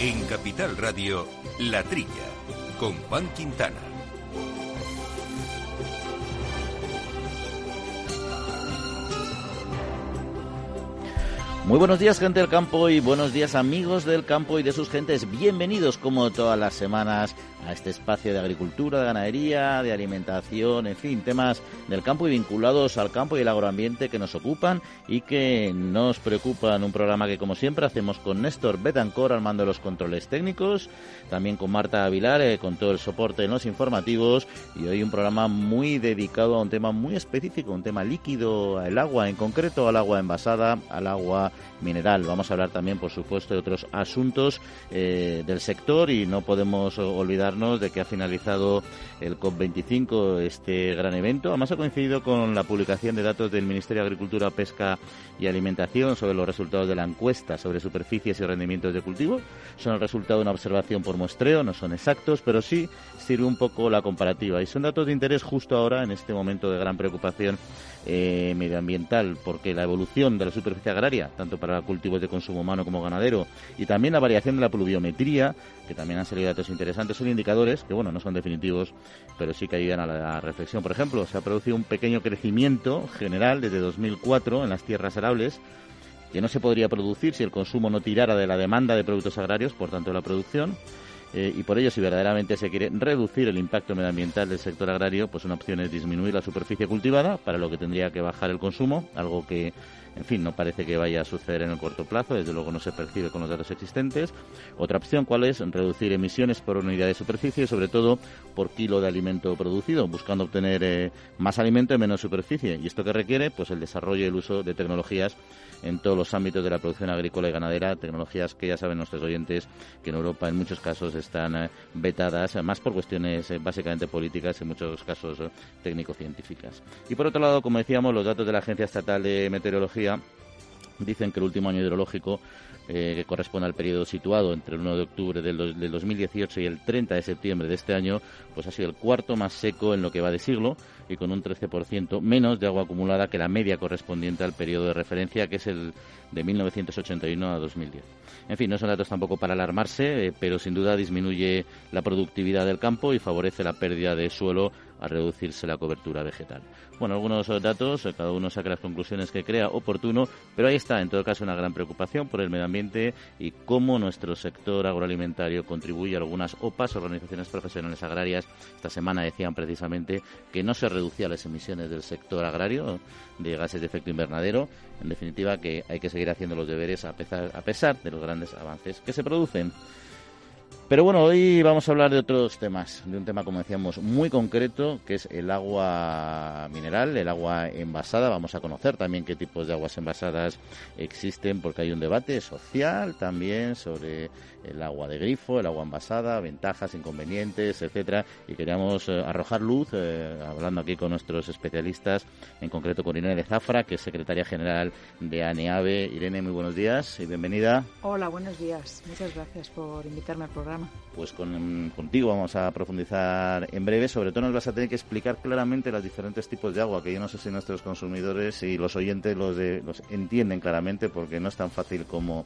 En Capital Radio, La Trilla, con Juan Quintana. Muy buenos días, gente del campo, y buenos días, amigos del campo y de sus gentes. Bienvenidos, como todas las semanas, a este espacio de agricultura, de ganadería, de alimentación, en fin, temas del campo y vinculados al campo y el agroambiente que nos ocupan y que nos preocupan. Un programa que, como siempre, hacemos con Néstor Betancor al mando de los controles técnicos, también con Marta Avilar con todo el soporte en los informativos, y hoy un programa muy dedicado a un tema muy específico, un tema líquido, al agua, en concreto al agua envasada, al agua mineral. Vamos a hablar también, por supuesto, de otros asuntos del sector, y no podemos olvidarnos de que ha finalizado el COP25, este gran evento. Además ha coincidido con la publicación de datos del Ministerio de Agricultura, Pesca y Alimentación sobre los resultados de la encuesta sobre superficies y rendimientos de cultivo. Son el resultado de una observación por muestreo, no son exactos, pero sí sirve un poco la comparativa. Y son datos de interés justo ahora, en este momento de gran preocupación medioambiental, porque la evolución de la superficie agraria, tanto para cultivos de consumo humano como ganadero, y también la variación de la pluviometría, que también han salido datos interesantes, son indicadores que, bueno, no son definitivos, pero sí que ayudan a la reflexión. Por ejemplo, se ha producido un pequeño crecimiento general desde 2004 en las tierras arables, que no se podría producir si el consumo no tirara de la demanda de productos agrarios, por tanto de la producción. Y por ello, si verdaderamente se quiere reducir el impacto medioambiental del sector agrario, pues una opción es disminuir la superficie cultivada, para lo que tendría que bajar el consumo, algo que, en fin, no parece que vaya a suceder en el corto plazo, desde luego no se percibe con los datos existentes. Otra opción, ¿cuál es? Reducir emisiones por unidad de superficie, sobre todo por kilo de alimento producido, buscando obtener más alimento en menos superficie. ¿Y esto qué requiere? Pues el desarrollo y el uso de tecnologías en todos los ámbitos de la producción agrícola y ganadera, tecnologías que ya saben nuestros oyentes que en Europa en muchos casos están vetadas, más por cuestiones básicamente políticas, en muchos casos técnico-científicas. Y por otro lado, como decíamos, los datos de la Agencia Estatal de Meteorología dicen que el último año hidrológico, que corresponde al periodo situado entre el 1 de octubre del 2018 y el 30 de septiembre de este año, pues ha sido el cuarto más seco en lo que va de siglo, y con un 13% menos de agua acumulada que la media correspondiente al periodo de referencia, que es el de 1981 a 2010. En fin, no son datos tampoco para alarmarse, pero sin duda disminuye la productividad del campo y favorece la pérdida de suelo a reducirse la cobertura vegetal. Bueno, algunos datos, cada uno saca las conclusiones que crea oportuno, pero ahí está, en todo caso, una gran preocupación por el medio ambiente y cómo nuestro sector agroalimentario contribuye a algunas OPAs, organizaciones profesionales agrarias. Esta semana decían precisamente que no se reducían las emisiones del sector agrario de gases de efecto invernadero. En definitiva, que hay que seguir haciendo los deberes a pesar de los grandes avances que se producen. Pero bueno, hoy vamos a hablar de otros temas, de un tema, como decíamos, muy concreto, que es el agua mineral, el agua envasada. Vamos a conocer también qué tipos de aguas envasadas existen, porque hay un debate social también sobre el agua de grifo, el agua envasada, ventajas, inconvenientes, etcétera. Y queríamos arrojar luz, hablando aquí con nuestros especialistas, en concreto con Irene de Zafra, que es secretaria general de ANEAVE. Irene, muy buenos días y bienvenida. Hola, buenos días. Muchas gracias por invitarme al programa. Pues contigo vamos a profundizar en breve. Sobre todo nos vas a tener que explicar claramente los diferentes tipos de agua, que yo no sé si nuestros consumidores y los oyentes los entienden claramente, porque no es tan fácil como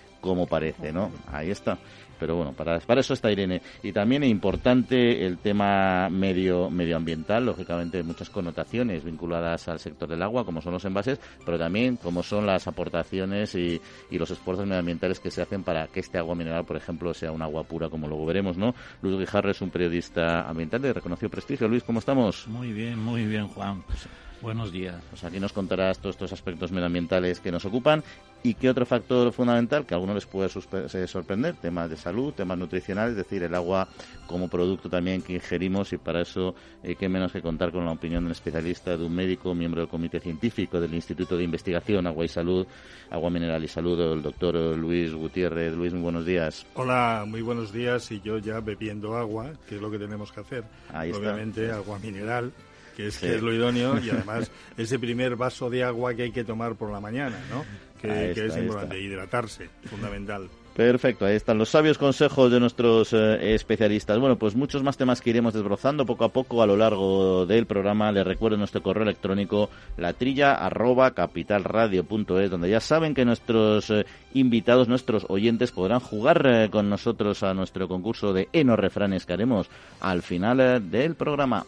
parece, ¿no? Ahí está. Pero bueno, para eso está Irene. Y también es importante el tema medioambiental, lógicamente muchas connotaciones vinculadas al sector del agua, como son los envases, pero también como son las aportaciones y los esfuerzos medioambientales que se hacen para que este agua mineral, por ejemplo, sea un agua pura, como luego veremos, ¿no? Luis Guijarro es un periodista ambiental de reconocido prestigio. Luis, ¿cómo estamos? Muy bien, Juan. Pues, buenos días. Pues aquí nos contarás todos estos aspectos medioambientales que nos ocupan. ¿Y qué otro factor fundamental que a algunos les puede sorprender? Temas de salud, temas nutricionales, es decir, el agua como producto también que ingerimos, y para eso qué menos que contar con la opinión de un especialista, de un médico, miembro del comité científico del Instituto de Investigación Agua y Salud, Agua Mineral y Salud, el doctor Luis Gutiérrez. Luis, muy buenos días. Hola, muy buenos días, y yo ya bebiendo agua, que es lo que tenemos que hacer. Ahí obviamente está. Agua mineral, que es Sí. lo idóneo, y además ese primer vaso de agua que hay que tomar por la mañana, ¿no? Que es importante, hidratarse, fundamental. Perfecto, ahí están los sabios consejos de nuestros especialistas. Bueno, pues muchos más temas que iremos desbrozando poco a poco a lo largo del programa. Les recuerdo nuestro correo electrónico latrilla@capitalradio.es, donde ya saben que nuestros invitados, nuestros oyentes podrán jugar con nosotros a nuestro concurso de Eno Refranes que haremos al final del programa.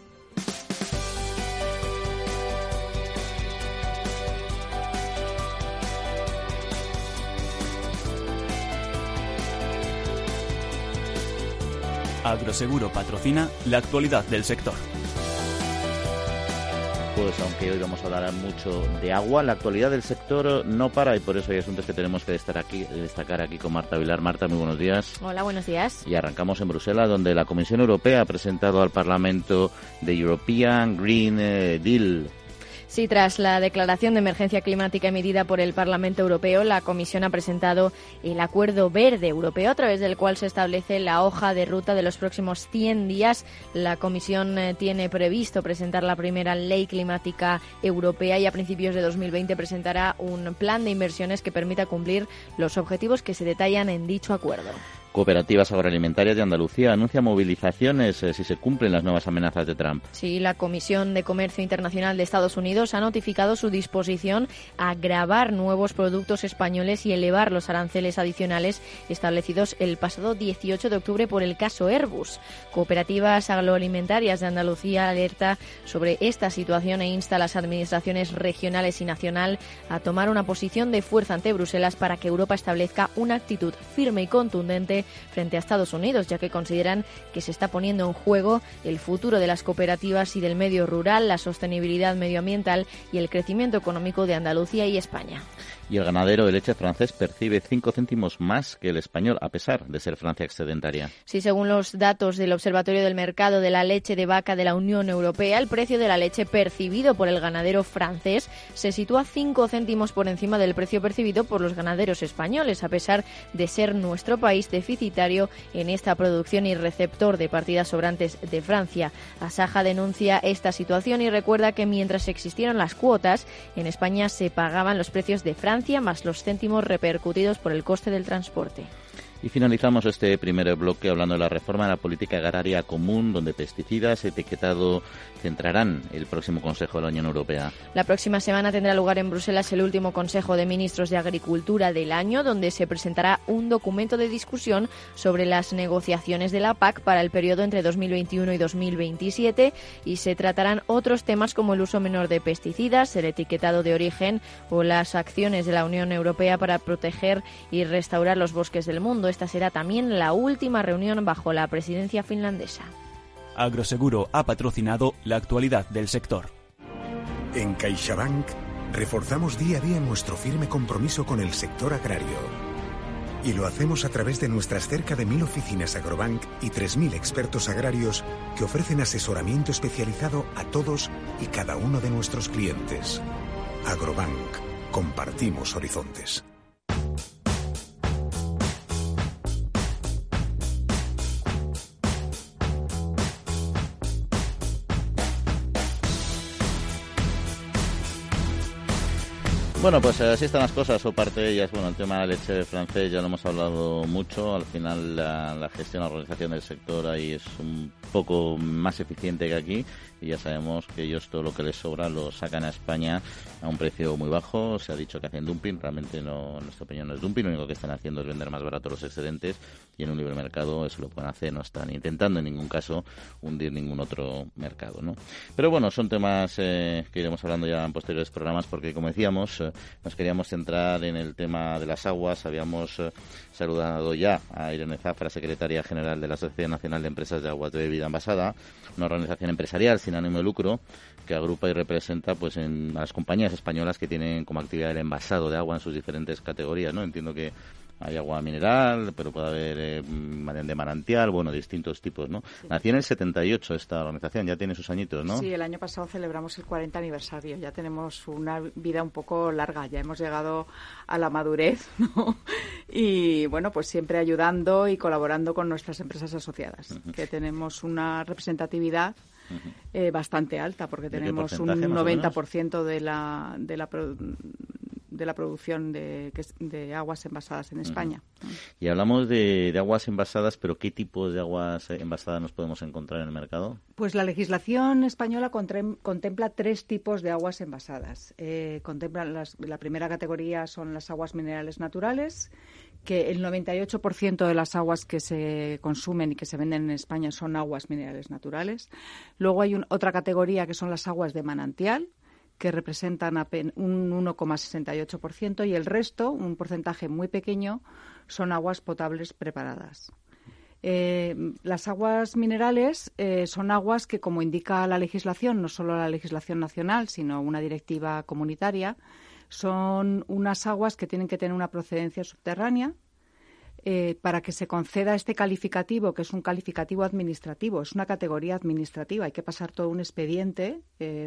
Agroseguro patrocina la actualidad del sector. Pues aunque hoy vamos a hablar mucho de agua, la actualidad del sector no para y por eso hay asuntos que tenemos que destacar aquí con Marta Vilar. Marta, muy buenos días. Hola, buenos días. Y arrancamos en Bruselas, donde la Comisión Europea ha presentado al Parlamento The European Green Deal. Sí, tras la declaración de emergencia climática emitida por el Parlamento Europeo, la Comisión ha presentado el Acuerdo Verde Europeo, a través del cual se establece la hoja de ruta de los próximos 100 días. La Comisión tiene previsto presentar la primera ley climática europea y a principios de 2020 presentará un plan de inversiones que permita cumplir los objetivos que se detallan en dicho acuerdo. Cooperativas agroalimentarias de Andalucía anuncia movilizaciones si se cumplen las nuevas amenazas de Trump. Sí, la Comisión de Comercio Internacional de Estados Unidos ha notificado su disposición a gravar nuevos productos españoles y elevar los aranceles adicionales establecidos el pasado 18 de octubre por el caso Airbus. Cooperativas agroalimentarias de Andalucía alerta sobre esta situación e insta a las administraciones regionales y nacional a tomar una posición de fuerza ante Bruselas para que Europa establezca una actitud firme y contundente frente a Estados Unidos, ya que consideran que se está poniendo en juego el futuro de las cooperativas y del medio rural, la sostenibilidad medioambiental y el crecimiento económico de Andalucía y España. Y el ganadero de leche francés percibe 5 céntimos más que el español, a pesar de ser Francia excedentaria. Sí, según los datos del Observatorio del Mercado de la Leche de Vaca de la Unión Europea, el precio de la leche percibido por el ganadero francés se sitúa 5 céntimos por encima del precio percibido por los ganaderos españoles, a pesar de ser nuestro país deficitario en esta producción y receptor de partidas sobrantes de Francia. Asaja denuncia esta situación y recuerda que mientras existieron las cuotas, en España se pagaban los precios de Francia más los céntimos repercutidos por el coste del transporte. Y finalizamos este primer bloque hablando de la reforma de la política agraria común, donde pesticidas, etiquetado centrarán el próximo Consejo de la Unión Europea. La próxima semana tendrá lugar en Bruselas el último Consejo de Ministros de Agricultura del año, donde se presentará un documento de discusión sobre las negociaciones de la PAC para el periodo entre 2021 y 2027 y se tratarán otros temas como el uso menor de pesticidas, el etiquetado de origen o las acciones de la Unión Europea para proteger y restaurar los bosques del mundo. Esta será también la última reunión bajo la presidencia finlandesa. Agroseguro ha patrocinado la actualidad del sector. En CaixaBank reforzamos día a día nuestro firme compromiso con el sector agrario. Y lo hacemos a través de nuestras cerca de 1.000 oficinas Agrobank y 3.000 expertos agrarios que ofrecen asesoramiento especializado a todos y cada uno de nuestros clientes. Agrobank. Compartimos horizontes. Bueno, pues así están las cosas, o parte de ellas. Bueno, el tema de la leche francés ya lo hemos hablado mucho. Al final la gestión, la organización del sector ahí es un poco más eficiente que aquí y ya sabemos que ellos todo lo que les sobra lo sacan a España a un precio muy bajo. Se ha dicho que hacen dumping, realmente no, en nuestra opinión no es dumping, lo único que están haciendo es vender más barato los excedentes y en un libre mercado eso lo pueden hacer, no están intentando en ningún caso hundir ningún otro mercado, ¿no? Pero bueno, son temas que iremos hablando ya en posteriores programas porque, como decíamos, nos queríamos centrar en el tema de las aguas. Habíamos saludado ya a Irene Zafra, secretaria general de la Sociedad Nacional de Empresas de Aguas de Bebida Envasada, una organización empresarial sin ánimo de lucro que agrupa y representa pues a las compañías españolas que tienen como actividad el envasado de agua en sus diferentes categorías, ¿no? Entiendo que hay agua mineral, pero puede haber de manantial, bueno, distintos tipos, ¿no? Sí. Nació en el 78 esta organización, ya tiene sus añitos, ¿no? Sí, el año pasado celebramos el 40 aniversario, ya tenemos una vida un poco larga, ya hemos llegado a la madurez, ¿no? Y bueno, pues siempre ayudando y colaborando con nuestras empresas asociadas, que tenemos una representatividad bastante alta, porque tenemos un 90% de la producción de aguas envasadas en España. Y hablamos de aguas envasadas, pero ¿qué tipos de aguas envasadas nos podemos encontrar en el mercado? Pues la legislación española contempla 3 tipos de aguas envasadas. Contempla la primera categoría son las aguas minerales naturales, que el 98% de las aguas que se consumen y que se venden en España son aguas minerales naturales. Luego hay otra categoría que son las aguas de manantial, que representan un 1,68%, y el resto, un porcentaje muy pequeño, son aguas potables preparadas. Las aguas minerales son aguas que, como indica la legislación, no solo la legislación nacional, sino una directiva comunitaria, son unas aguas que tienen que tener una procedencia subterránea para que se conceda este calificativo, que es un calificativo administrativo, es una categoría administrativa. Hay que pasar todo un expediente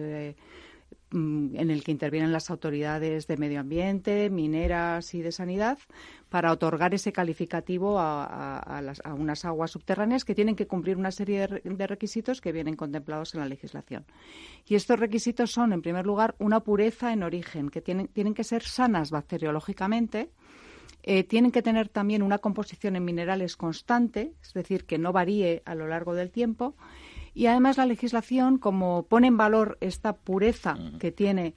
en el que intervienen las autoridades de medio ambiente, mineras y de sanidad, para otorgar ese calificativo a unas aguas subterráneas que tienen que cumplir una serie de requisitos que vienen contemplados en la legislación. Y estos requisitos son, en primer lugar, una pureza en origen, que tienen que ser sanas bacteriológicamente. Tienen que tener también una composición en minerales constante, es decir, que no varíe a lo largo del tiempo. Y además la legislación, como pone en valor esta pureza que tienen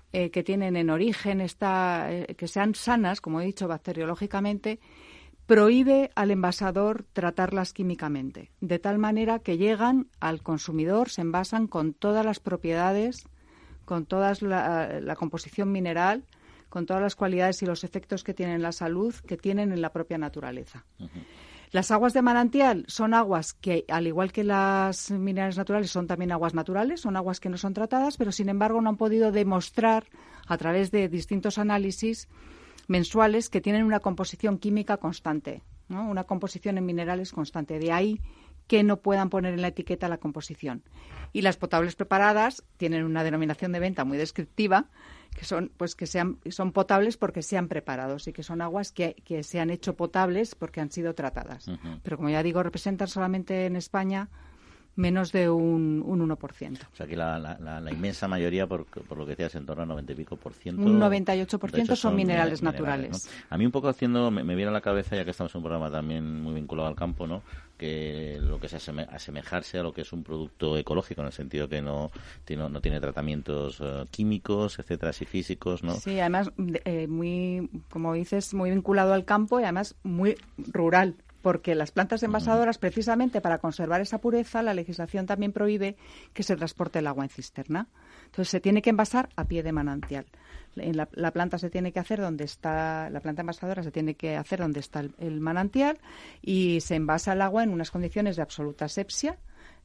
en origen, que sean sanas, como he dicho, bacteriológicamente, prohíbe al envasador tratarlas químicamente, de tal manera que llegan al consumidor, se envasan con todas las propiedades, con toda la composición mineral, con todas las cualidades y los efectos que tienen en la salud, que tienen en la propia naturaleza. Las aguas de manantial son aguas que, al igual que las minerales naturales, son también aguas naturales, son aguas que no son tratadas, pero sin embargo no han podido demostrar, a través de distintos análisis mensuales, que tienen una composición química constante, ¿no? Una composición en minerales constante. De ahí que no puedan poner en la etiqueta la composición. Y las potables preparadas tienen una denominación de venta muy descriptiva, que son son potables porque se han preparado y que son aguas que se han hecho potables porque han sido tratadas. Pero, como ya digo, representan solamente en España menos de un 1%. O sea, que la inmensa mayoría, por lo que decías, en torno al 90 y pico por ciento. Un 98% son minerales naturales. ¿No? A mí un poco me viene a la cabeza, ya que estamos en un programa también muy vinculado al campo, ¿no?, que lo que es asemejarse a lo que es un producto ecológico, en el sentido que no tiene tratamientos químicos, etcétera, y físicos, ¿no? Sí, además, muy, como dices, muy vinculado al campo y además muy rural. Porque las plantas envasadoras, precisamente para conservar esa pureza, la legislación también prohíbe que se transporte el agua en cisterna. Entonces, se tiene que envasar a pie de manantial. La planta se tiene que hacer la planta envasadora se tiene que hacer donde está el manantial, y se envasa el agua en unas condiciones de absoluta asepsia,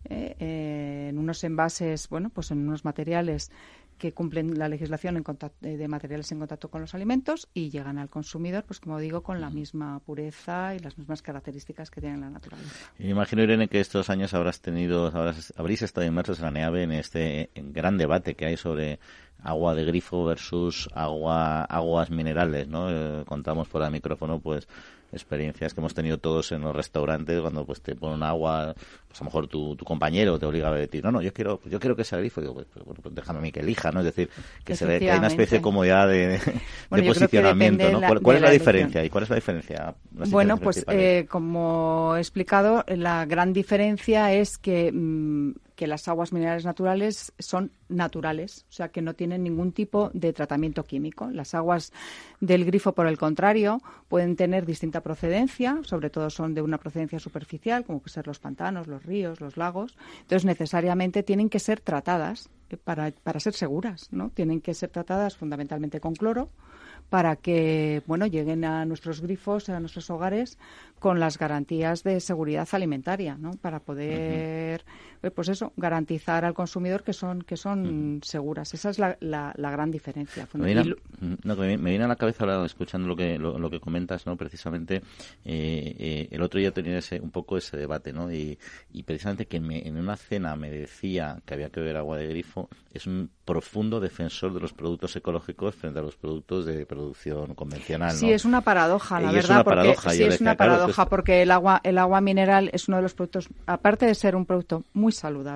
en unos envases, pues en unos materiales que cumplen la legislación de materiales en contacto con los alimentos, y llegan al consumidor, pues como digo, con la misma pureza y las mismas características que tiene la naturaleza. Me imagino, Irene, que estos años habréis estado inmersos en la NEAVE en este gran debate que hay sobre agua de grifo versus aguas minerales, ¿no? Contamos fuera de micrófono, pues, experiencias que hemos tenido todos en los restaurantes, cuando pues te ponen agua, pues a lo mejor tu compañero te obliga a decir, no, yo quiero que sea grifo. Digo, pues déjame a mí que elija, ¿no? Es decir, que se ve que hay una especie como ya de posicionamiento, ¿no? ¿Cuál es la diferencia? ¿Y cuál es la diferencia? Bueno, pues como he explicado, la gran diferencia es que las aguas minerales naturales son naturales, o sea, que no tienen ningún tipo de tratamiento químico. Las aguas del grifo, por el contrario, pueden tener distinta procedencia, sobre todo son de una procedencia superficial, como pueden ser los pantanos, los ríos, los lagos. Entonces, necesariamente tienen que ser tratadas para ser seguras, ¿no? Tienen que ser tratadas fundamentalmente con cloro, para que, lleguen a nuestros grifos, a nuestros hogares, con las garantías de seguridad alimentaria, ¿no? Para poder, garantizar al consumidor que son seguras. Esa es la gran diferencia. Me viene a la cabeza ahora, escuchando lo que comentas, ¿no? Precisamente, el otro día tenía un poco ese debate, ¿no? Y precisamente que en una cena me decía que había que beber agua de grifo. Es un profundo defensor de los productos ecológicos frente a los productos de producción convencional, ¿no? Sí, es una paradoja, la verdad. Es una paradoja, porque el agua mineral es uno de los productos, aparte de ser un producto muy saludable,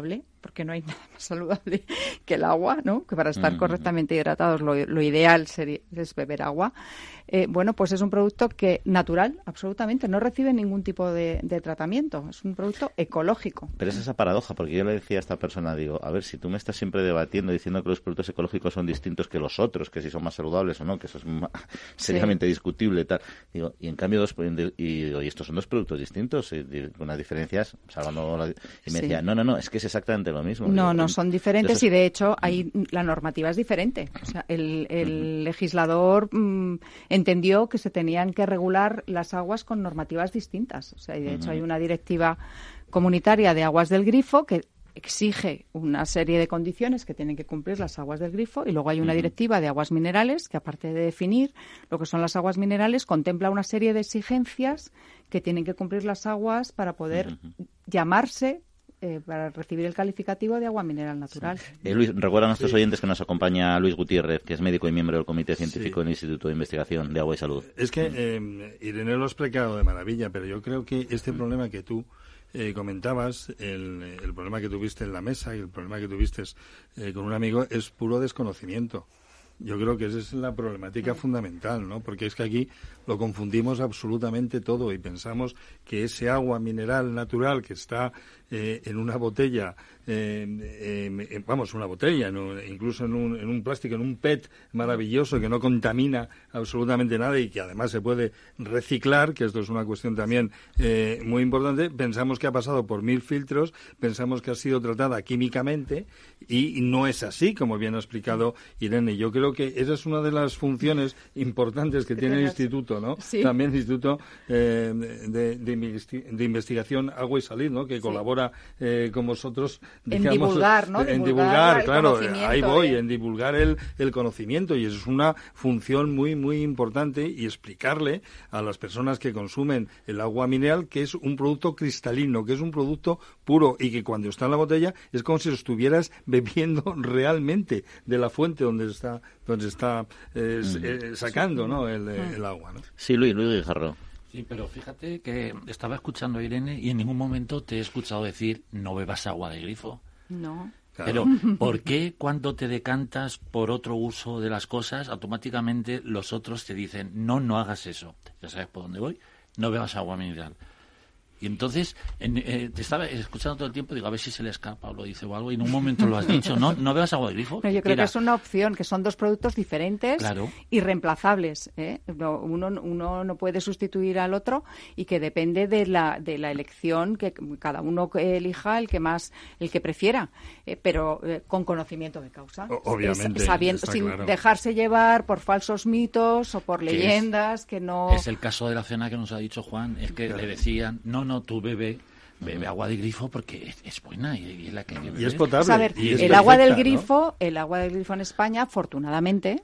porque no hay nada más saludable que el agua, ¿no? Que para estar correctamente hidratados lo ideal es beber agua. Bueno, pues es un producto que natural, absolutamente, no recibe ningún tipo de tratamiento. Es un producto ecológico. Pero es esa paradoja, porque yo le decía a esta persona, digo, a ver, si tú me estás siempre debatiendo, diciendo que los productos ecológicos son distintos que los otros, que si son más saludables o no, que eso es seriamente discutible y tal. Digo, y en cambio, y estos son dos productos distintos, con unas diferencias, salvando y me decía, no, es que es exactamente lo mismo. No, son diferentes y de hecho la normativa es diferente. O sea, el legislador entendió que se tenían que regular las aguas con normativas distintas. O sea, y de hecho hay una directiva comunitaria de aguas del grifo que exige una serie de condiciones que tienen que cumplir las aguas del grifo y luego hay una directiva de aguas minerales que, aparte de definir lo que son las aguas minerales, contempla una serie de exigencias que tienen que cumplir las aguas para poder llamarse para recibir el calificativo de agua mineral natural. Luis, recuerda a nuestros oyentes que nos acompaña Luis Gutiérrez, que es médico y miembro del Comité Científico del Instituto de Investigación de Agua y Salud. Es que Irene lo ha explicado de maravilla, pero yo creo que este problema que tú comentabas, el problema que tuviste en la mesa y el problema que tuviste con un amigo es puro desconocimiento. Yo creo que esa es la problemática fundamental, ¿no? Porque es que aquí lo confundimos absolutamente todo y pensamos que ese agua mineral natural que está en una botella, una botella, ¿no? Incluso en un plástico, en un PET maravilloso que no contamina absolutamente nada y que además se puede reciclar, que esto es una cuestión también muy importante, pensamos que ha pasado por 1000 filtros, pensamos que ha sido tratada químicamente y no es así, como bien ha explicado Irene. Yo creo que esa es una de las funciones importantes que tiene el Instituto, ¿no? Sí. También el Instituto de Investigación Agua y Salud, ¿no? Que colabora con vosotros, digamos, en divulgar, ¿no? En divulgar, claro, ahí voy, en divulgar el conocimiento, y eso es una función muy, muy importante, y explicarle a las personas que consumen el agua mineral que es un producto cristalino, que es un producto puro, y que cuando está en la botella es como si lo estuvieras bebiendo realmente de la fuente donde está sacando, ¿no? el agua, ¿no? Sí, Luis Guijarro. Sí, pero fíjate que estaba escuchando a Irene y en ningún momento te he escuchado decir no bebas agua de grifo. No. Pero ¿por qué cuando te decantas por otro uso de las cosas, automáticamente los otros te dicen no hagas eso? Ya sabes por dónde voy, no bebas agua mineral. Y entonces te estaba escuchando todo el tiempo, digo, a ver si se le escapa o lo dice o algo, y en un momento lo has dicho, no bebas agua de grifo. No, yo creo que es una opción, que son dos productos diferentes, claro, y reemplazables, ¿eh? Uno no puede sustituir al otro, y que depende de la elección que cada uno elija el que prefiera, pero con conocimiento de causa. Obviamente. Sin dejarse llevar por falsos mitos o por leyendas que no... Es el caso de la cena que nos ha dicho Juan, es que le decían, no, tú bebe agua de grifo porque es buena y es la que hay que beber. Y es potable. Pues a ver, el agua del grifo en España, afortunadamente,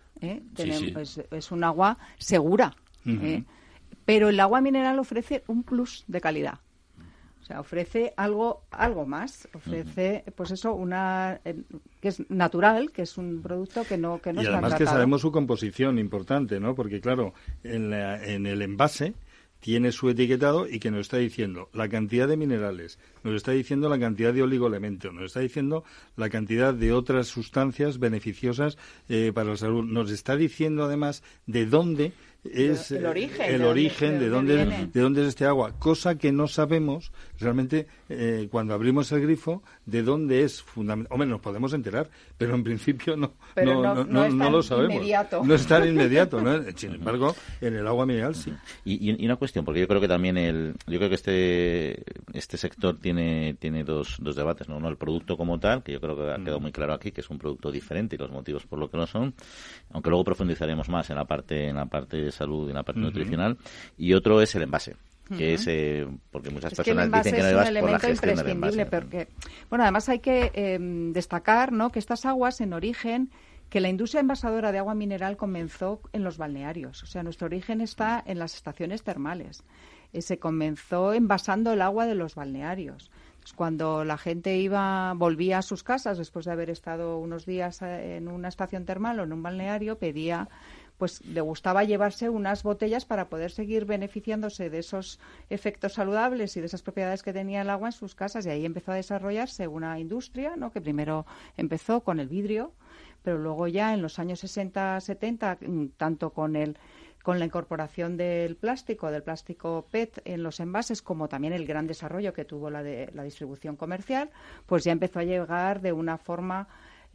es un agua segura. Pero el agua mineral ofrece un plus de calidad. O sea, ofrece algo más. Ofrece, pues eso, que es natural, que es un producto que no está tratado. Y además que sabemos su composición importante, ¿no? Porque, claro, en el envase tiene su etiquetado y que nos está diciendo la cantidad de minerales, nos está diciendo la cantidad de oligoelementos, nos está diciendo la cantidad de otras sustancias beneficiosas para la salud. Nos está diciendo además de dónde es el origen, de dónde es este agua, cosa que no sabemos realmente cuando abrimos el grifo de dónde es fundamental. Hombre, nos podemos enterar, pero en principio no lo sabemos. Inmediato. No es tan inmediato, ¿no? Sin embargo, en el agua mineral sí. Y una cuestión, porque yo creo que también yo creo que este sector tiene dos debates, ¿no? Uno, el producto como tal, que yo creo que ha quedado muy claro aquí, que es un producto diferente y los motivos por lo que lo son, aunque luego profundizaremos más en la parte de salud y en la parte nutricional, y otro es el envase, que es porque muchas personas dicen que no bebas por la gestión del envase. Porque, bueno, además hay que destacar, ¿no?, que estas aguas en origen, que la industria envasadora de agua mineral comenzó en los balnearios. O sea, nuestro origen está en las estaciones termales. Se comenzó envasando el agua de los balnearios. Cuando la gente volvía a sus casas después de haber estado unos días en una estación termal o en un balneario, pedía pues le gustaba llevarse unas botellas para poder seguir beneficiándose de esos efectos saludables y de esas propiedades que tenía el agua en sus casas, y ahí empezó a desarrollarse una industria, ¿no?, que primero empezó con el vidrio, pero luego ya en los años 60-70, tanto con la incorporación del plástico PET en los envases, como también el gran desarrollo que tuvo la distribución comercial, pues ya empezó a llegar de una forma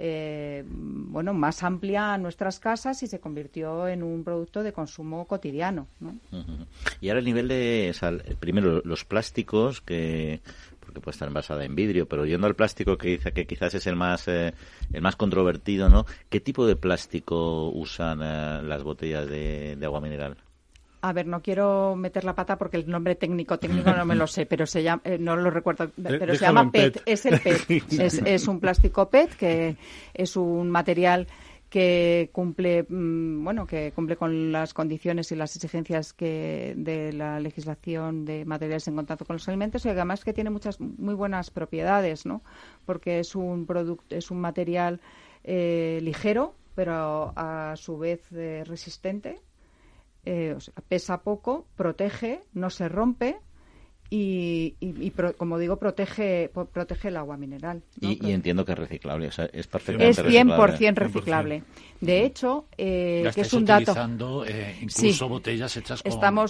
más amplia a nuestras casas y se convirtió en un producto de consumo cotidiano, ¿no? Y ahora el nivel de, primero los plásticos, porque puede estar envasada en vidrio, pero yendo al plástico que quizás es el más controvertido, ¿no? ¿Qué tipo de plástico usan las botellas de agua mineral? A ver, no quiero meter la pata porque el nombre técnico no me lo sé, pero se llama, no lo recuerdo, pero se llama PET. Es el PET. Es un plástico PET, que es un material que cumple con las condiciones y las exigencias de la legislación de materiales en contacto con los alimentos, y además que tiene muchas muy buenas propiedades, ¿no? Porque es un material ligero, pero a su vez resistente. Pesa poco, protege, no se rompe y como digo, protege el agua mineral, ¿no? Y entiendo que es reciclable, o sea, es perfectamente reciclable. Es 100% reciclable. De hecho, que es un dato. Utilizando incluso botellas hechas con... Estamos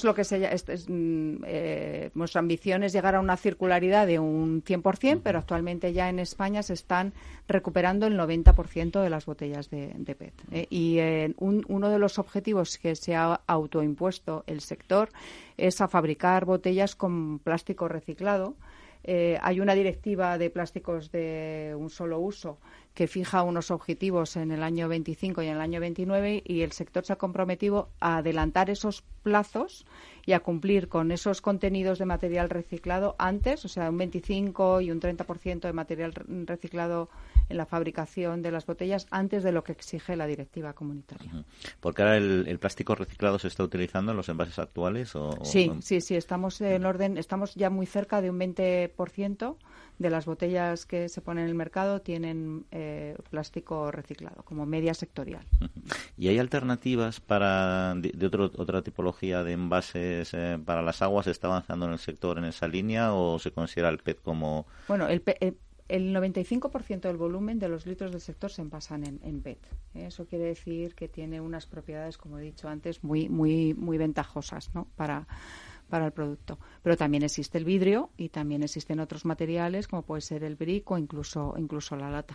nuestra ambición es llegar a una circularidad de un 100%, pero actualmente ya en España se están recuperando el 90% de las botellas de PET. Y uno de los objetivos que se ha autoimpuesto el sector es a fabricar botellas con plástico reciclado. Hay una directiva de plásticos de un solo uso que fija unos objetivos en el año 25 y en el año 29, y el sector se ha comprometido a adelantar esos plazos y a cumplir con esos contenidos de material reciclado antes, o sea, un 25 y un 30% de material reciclado en la fabricación de las botellas antes de lo que exige la directiva comunitaria. ¿Porque ahora el plástico reciclado se está utilizando en los envases actuales? Sí, estamos estamos ya muy cerca de un 20% de las botellas que se ponen en el mercado tienen plástico reciclado, como media sectorial. ¿Y hay alternativas de otra tipología de envases para las aguas? ¿Se está avanzando en el sector en esa línea o se considera el PET como...? Bueno, el 95% del volumen de los litros del sector se envasan en PET. Eso quiere decir que tiene unas propiedades, como he dicho antes, muy, muy, muy ventajosas, ¿no?, para el producto. Pero también existe el vidrio y también existen otros materiales, como puede ser el brick o incluso la lata.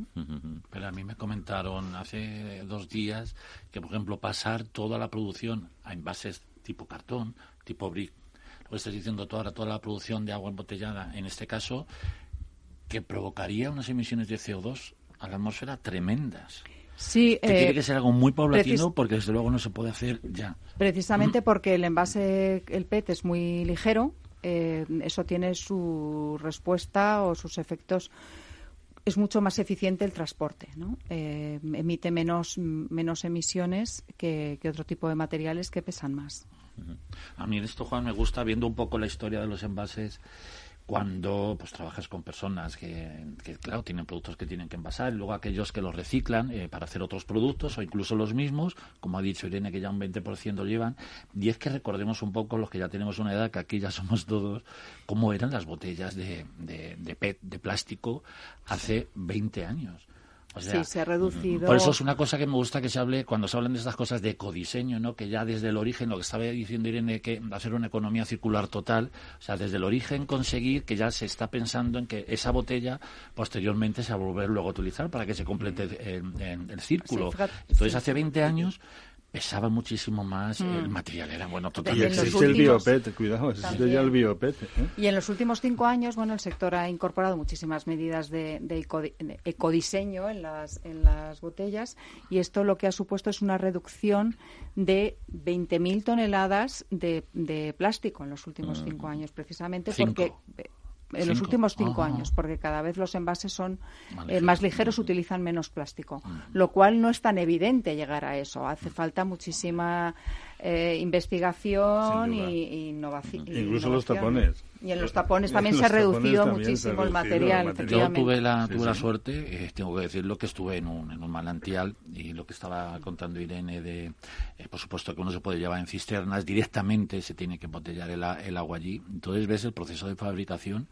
Pero a mí me comentaron hace 2 días que, por ejemplo, pasar toda la producción a envases tipo cartón, tipo brick, lo que estás diciendo tú ahora, toda la producción de agua embotellada, en este caso, que provocaría unas emisiones de CO2 a la atmósfera tremendas. Sí, tiene que ser algo muy paulatino, porque desde luego no se puede hacer ya. Precisamente porque el envase, el PET, es muy ligero, eso tiene su respuesta o sus efectos. Es mucho más eficiente el transporte, ¿no? Emite menos emisiones que otro tipo de materiales que pesan más. A mí esto, Juan, me gusta, viendo un poco la historia de los envases, cuando pues trabajas con personas que claro, tienen productos que tienen que envasar, y luego aquellos que los reciclan para hacer otros productos o incluso los mismos, como ha dicho Irene, que ya un 20% llevan. Y es que recordemos un poco, los que ya tenemos una edad, que aquí ya somos todos, cómo eran las botellas de PET, de plástico, hace 20 años. O sea, sí, se ha reducido. Por eso es una cosa que me gusta que se hable, cuando se hablan de estas cosas de ecodiseño, ¿no? Que ya desde el origen, lo que estaba diciendo Irene, que hacer una economía circular total, o sea, desde el origen conseguir que ya se está pensando en que esa botella posteriormente se va a volver luego a utilizar para que se complete el círculo. Sí, fíjate, entonces, hace 20 años pesaba muchísimo más, el material era totalmente. Y existe el biopet, cuidado, existe ya el biopet. Y en los últimos 5 años, el sector ha incorporado muchísimas medidas de ecodiseño en las botellas, y esto lo que ha supuesto es una reducción de 20.000 toneladas de plástico en los últimos 5 años, precisamente porque... En los últimos 5 años, porque cada vez los envases son más ligeros, utilizan menos plástico, lo cual no es tan evidente llegar a eso. Hace falta muchísima investigación e innovación. Incluso los tapones. Y en los tapones también se ha reducido muchísimo el material. Yo tuve la suerte, tengo que decirlo, que estuve en un manantial, y lo que estaba contando Irene de, por supuesto que uno se puede llevar en cisternas, directamente se tiene que embotellar el agua allí. Entonces ves el proceso de fabricación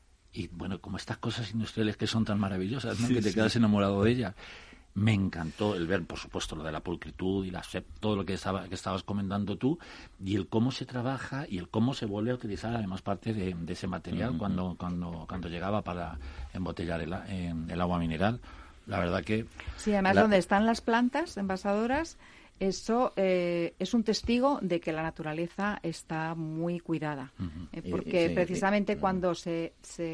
y, bueno, como estas cosas industriales que son tan maravillosas, ¿no? Que te quedas enamorado de ellas. Me encantó el ver, por supuesto, lo de la pulcritud y todo lo que estabas comentando tú, y el cómo se trabaja y el cómo se vuelve a utilizar además parte de ese material cuando llegaba para embotellar el agua mineral. La verdad que... Sí, además donde están las plantas envasadoras, eso es un testigo de que la naturaleza está muy cuidada. Porque precisamente cuando se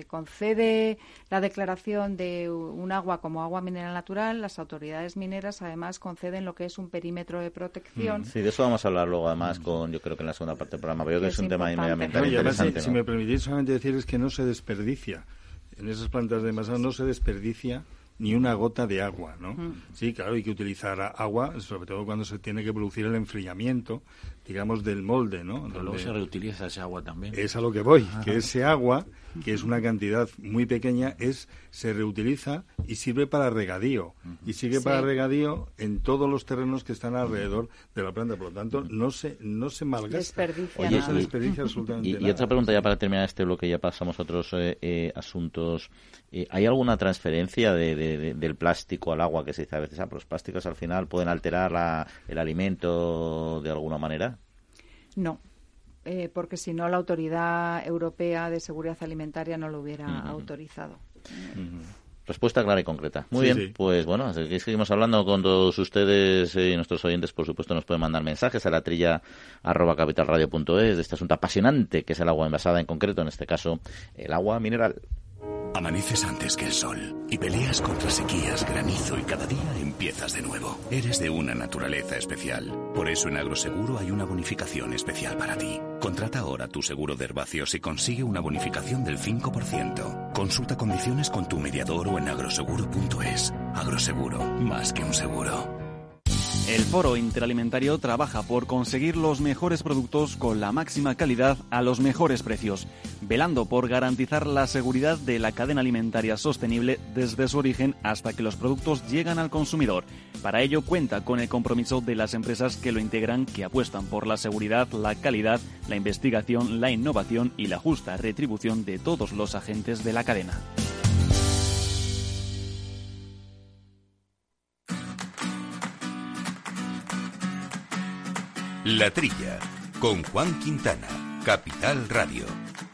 concede la declaración de un agua como agua mineral natural, las autoridades mineras además conceden lo que es un perímetro de protección. Sí, de eso vamos a hablar luego además yo creo que en la segunda parte del programa. Pero yo creo que es un tema medioambiental interesante. Si me permitís solamente decir, es que no se desperdicia. En esas plantas de envasado no se desperdicia ni una gota de agua, ¿no? Sí, claro, hay que utilizar agua, sobre todo cuando se tiene que producir el enfriamiento, digamos, del molde, ¿no? Pero luego se reutiliza ese agua también. Es a lo que voy, que ese agua, que es una cantidad muy pequeña, se reutiliza y sirve para regadío. Y sirve para regadío en todos los terrenos que están alrededor de la planta. Por lo tanto, no se malgasta. Oye, no se desperdicia absolutamente nada. Y otra pregunta ya para terminar este bloque, ya pasamos a otros asuntos. ¿Hay alguna transferencia del plástico al agua, que se dice a veces, los plásticos al final pueden alterar el alimento de alguna manera? No, porque si no la Autoridad Europea de Seguridad Alimentaria no lo hubiera autorizado. Respuesta clara y concreta. Muy bien, pues bueno, aquí seguimos hablando con todos ustedes y nuestros oyentes, por supuesto, nos pueden mandar mensajes a la trilla@capitalradio.es de este asunto apasionante que es el agua envasada, en concreto, en este caso, el agua mineral. Amaneces antes que el sol y peleas contra sequías, granizo y cada día empiezas de nuevo. Eres de una naturaleza especial. Por eso en Agroseguro hay una bonificación especial para ti. Contrata ahora tu seguro de herbáceos y consigue una bonificación del 5%. Consulta condiciones con tu mediador o en agroseguro.es. Agroseguro, más que un seguro. El Foro Interalimentario trabaja por conseguir los mejores productos con la máxima calidad a los mejores precios, velando por garantizar la seguridad de la cadena alimentaria sostenible desde su origen hasta que los productos llegan al consumidor. Para ello cuenta con el compromiso de las empresas que lo integran, que apuestan por la seguridad, la calidad, la investigación, la innovación y la justa retribución de todos los agentes de la cadena. La Trilla, con Juan Quintana, Capital Radio.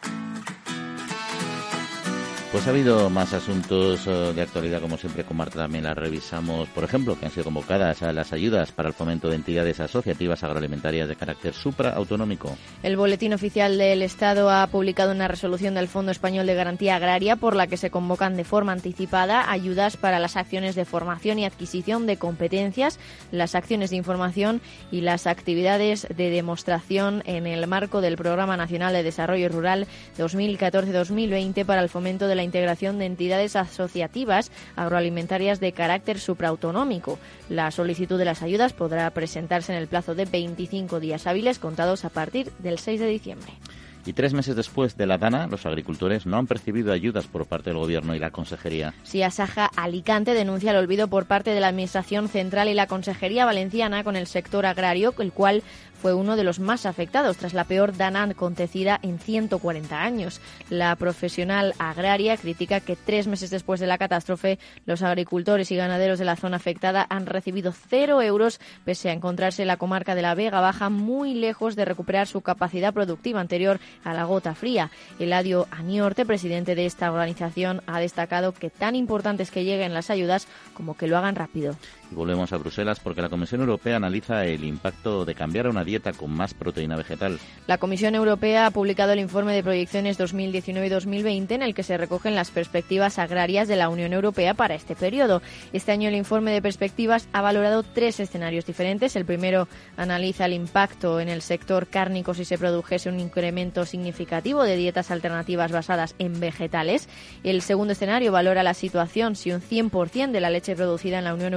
Pues ha habido más asuntos de actualidad, como siempre con Marta también las revisamos. Por ejemplo, que han sido convocadas a las ayudas para el fomento de entidades asociativas agroalimentarias de carácter supraautonómico. El Boletín Oficial del Estado ha publicado una resolución del Fondo Español de Garantía Agraria por la que se convocan de forma anticipada ayudas para las acciones de formación y adquisición de competencias, las acciones de información y las actividades de demostración en el marco del Programa Nacional de Desarrollo Rural 2014-2020 para el fomento de la integración de entidades asociativas agroalimentarias de carácter supraautonómico. La solicitud de las ayudas podrá presentarse en el plazo de 25 días hábiles contados a partir del 6 de diciembre. Y 3 meses después de la DANA, los agricultores no han percibido ayudas por parte del Gobierno y la Consejería. Sí, Asaja Alicante denuncia el olvido por parte de la Administración Central y la Consejería Valenciana con el sector agrario, el cual fue uno de los más afectados tras la peor DANA acontecida en 140 años. La profesional agraria critica que 3 meses después de la catástrofe, los agricultores y ganaderos de la zona afectada han recibido 0 euros, pese a encontrarse la comarca de la Vega Baja muy lejos de recuperar su capacidad productiva anterior a la gota fría. Eladio Aniorte, presidente de esta organización, ha destacado que tan importante es que lleguen las ayudas como que lo hagan rápido. Y volvemos a Bruselas porque la Comisión Europea analiza el impacto de cambiar a una dieta con más proteína vegetal. La Comisión Europea ha publicado el informe de proyecciones 2019 y 2020 en el que se recogen las perspectivas agrarias de la Unión Europea para este periodo. Este año el informe de perspectivas ha valorado 3 escenarios diferentes. El primero analiza el impacto en el sector cárnico si se produjese un incremento significativo de dietas alternativas basadas en vegetales. El segundo escenario valora la situación si un 100% de la leche producida en la Unión Europea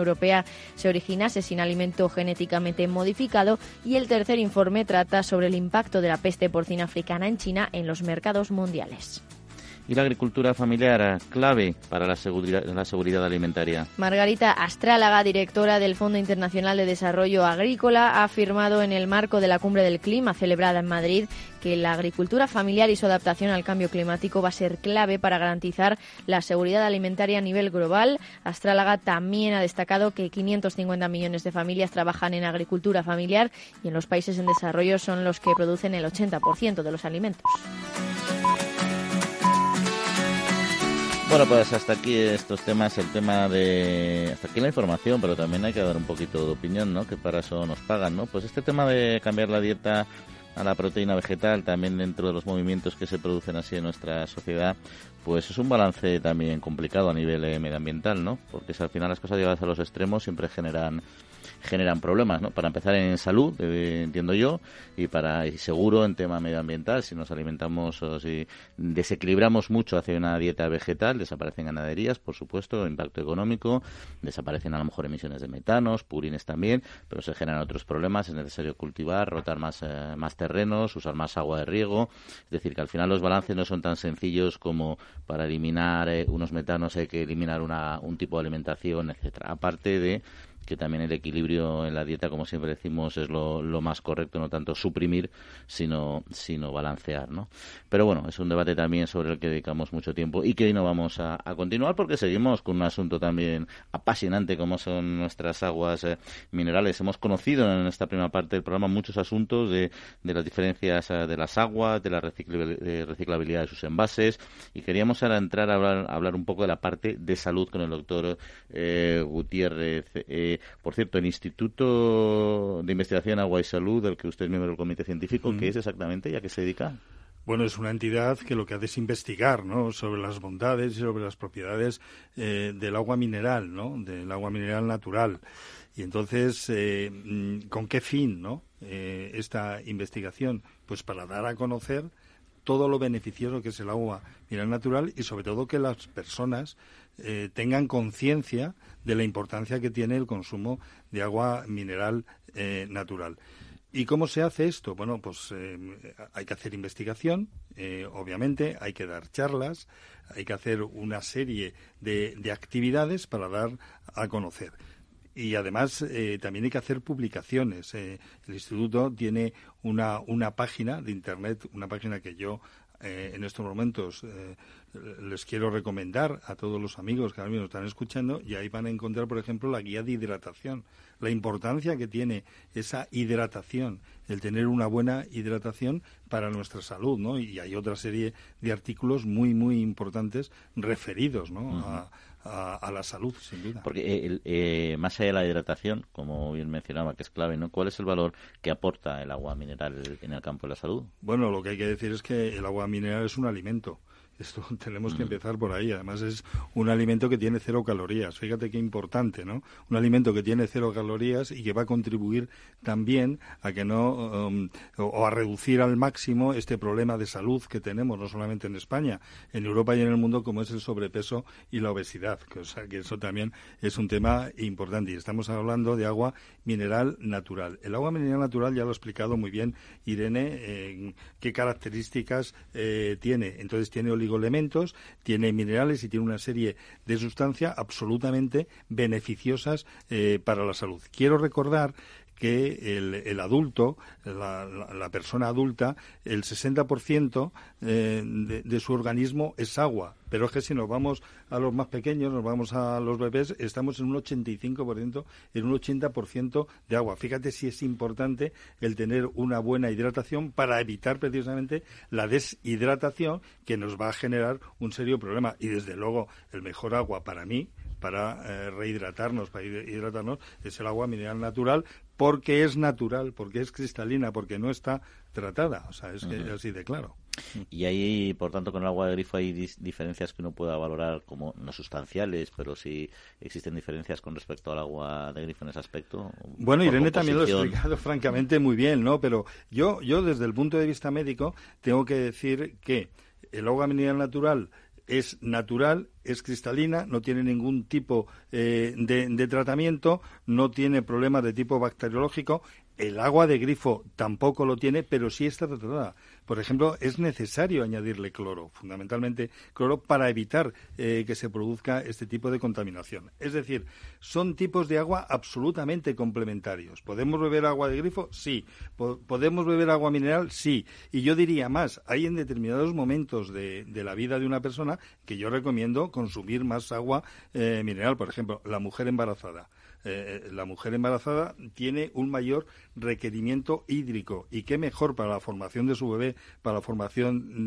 soja se originase sin alimento genéticamente modificado, y el tercer informe trata sobre el impacto de la peste porcina africana en China en los mercados mundiales. Y la agricultura familiar, clave para la seguridad alimentaria. Margarita Astrálaga, directora del Fondo Internacional de Desarrollo Agrícola, ha afirmado en el marco de la Cumbre del Clima celebrada en Madrid que la agricultura familiar y su adaptación al cambio climático va a ser clave para garantizar la seguridad alimentaria a nivel global. Astrálaga también ha destacado que 550 millones de familias trabajan en agricultura familiar y en los países en desarrollo son los que producen el 80% de los alimentos. Bueno, pues hasta aquí estos temas, hasta aquí la información, pero también hay que dar un poquito de opinión, ¿no? Que para eso nos pagan, ¿no? Pues este tema de cambiar la dieta a la proteína vegetal, también dentro de los movimientos que se producen así en nuestra sociedad, pues es un balance también complicado a nivel medioambiental, ¿no? Porque si al final las cosas llevadas a los extremos siempre generan problemas, ¿no? Para empezar en salud, entiendo yo, y seguro en tema medioambiental. Si nos alimentamos o si desequilibramos mucho hacia una dieta vegetal, desaparecen ganaderías, por supuesto, impacto económico, desaparecen a lo mejor emisiones de metanos, purines también, pero se generan otros problemas. Es necesario cultivar, rotar más terrenos, usar más agua de riego. Es decir, que al final los balances no son tan sencillos como para eliminar unos metanos hay que eliminar un tipo de alimentación, etcétera. Aparte de que también el equilibrio en la dieta, como siempre decimos, es lo más correcto, no tanto suprimir, sino balancear, ¿no? Pero bueno, es un debate también sobre el que dedicamos mucho tiempo y que hoy no vamos a continuar porque seguimos con un asunto también apasionante como son nuestras aguas minerales. Hemos conocido en esta primera parte del programa muchos asuntos de las diferencias de las aguas, de la reciclabilidad de sus envases, y queríamos ahora entrar a hablar un poco de la parte de salud con el doctor Gutiérrez. Por cierto, el Instituto de Investigación Agua y Salud, del que usted es miembro del comité científico, ¿qué es exactamente y a qué se dedica? Bueno, es una entidad que lo que hace es investigar, ¿no?, sobre las bondades y sobre las propiedades del agua mineral, ¿no?, del agua mineral natural. Y entonces, ¿con qué fin, no, esta investigación? Pues para dar a conocer todo lo beneficioso que es el agua mineral natural y sobre todo que las personas tengan conciencia de la importancia que tiene el consumo de agua mineral natural. ¿Y cómo se hace esto? Bueno, pues hay que hacer investigación, obviamente, hay que dar charlas, hay que hacer una serie de actividades para dar a conocer. Y además también hay que hacer publicaciones. El Instituto tiene una página de Internet, una página que yo en estos momentos les quiero recomendar a todos los amigos que ahora mismo están escuchando, y ahí van a encontrar, por ejemplo, la guía de hidratación, la importancia que tiene esa hidratación, el tener una buena hidratación para nuestra salud, ¿no? Y hay otra serie de artículos muy, muy importantes referidos, ¿no?, a la salud, sin duda. Porque más allá de la hidratación, como bien mencionaba, que es clave, ¿no?, ¿cuál es el valor que aporta el agua mineral en el campo de la salud? Bueno, lo que hay que decir es que el agua mineral es un alimento. Esto tenemos que empezar por ahí. Además es un alimento que tiene 0 calorías. Fíjate qué importante, ¿no? Un alimento que tiene 0 calorías y que va a contribuir también a que o a reducir al máximo este problema de salud que tenemos, no solamente en España, en Europa y en el mundo, como es el sobrepeso y la obesidad. O sea, que eso también es un tema importante. Y estamos hablando de agua mineral natural. El agua mineral natural ya lo ha explicado muy bien Irene, qué características tiene. Entonces tiene oligoelementos, tiene minerales y tiene una serie de sustancias absolutamente beneficiosas para la salud. Quiero recordar que el adulto, la persona adulta, el 60% de su organismo es agua. Pero es que si nos vamos a los más pequeños, nos vamos a los bebés, estamos en un 85%, en un 80% de agua. Fíjate si es importante el tener una buena hidratación para evitar precisamente la deshidratación que nos va a generar un serio problema. Y desde luego el mejor agua para mí, para rehidratarnos, para hidratarnos, es el agua mineral natural, porque es natural, porque es cristalina, porque no está tratada. O sea, es que así de claro. Y ahí, por tanto, con el agua de grifo hay diferencias que uno pueda valorar como no sustanciales, pero sí existen diferencias con respecto al agua de grifo en ese aspecto. Bueno, Irene también lo ha explicado francamente muy bien, ¿no? Pero yo desde el punto de vista médico tengo que decir que el agua mineral natural es natural, es cristalina, no tiene ningún tipo de tratamiento, no tiene problemas de tipo bacteriológico. El agua de grifo tampoco lo tiene, pero sí está tratada. Por ejemplo, es necesario añadirle cloro, fundamentalmente cloro, para evitar que se produzca este tipo de contaminación. Es decir, son tipos de agua absolutamente complementarios. ¿Podemos beber agua de grifo? Sí. ¿Podemos beber agua mineral? Sí. Y yo diría más, hay en determinados momentos de la vida de una persona que yo recomiendo consumir más agua mineral. Por ejemplo, la mujer embarazada. La mujer embarazada tiene un mayor requerimiento hídrico, y qué mejor para la formación de su bebé, para la formación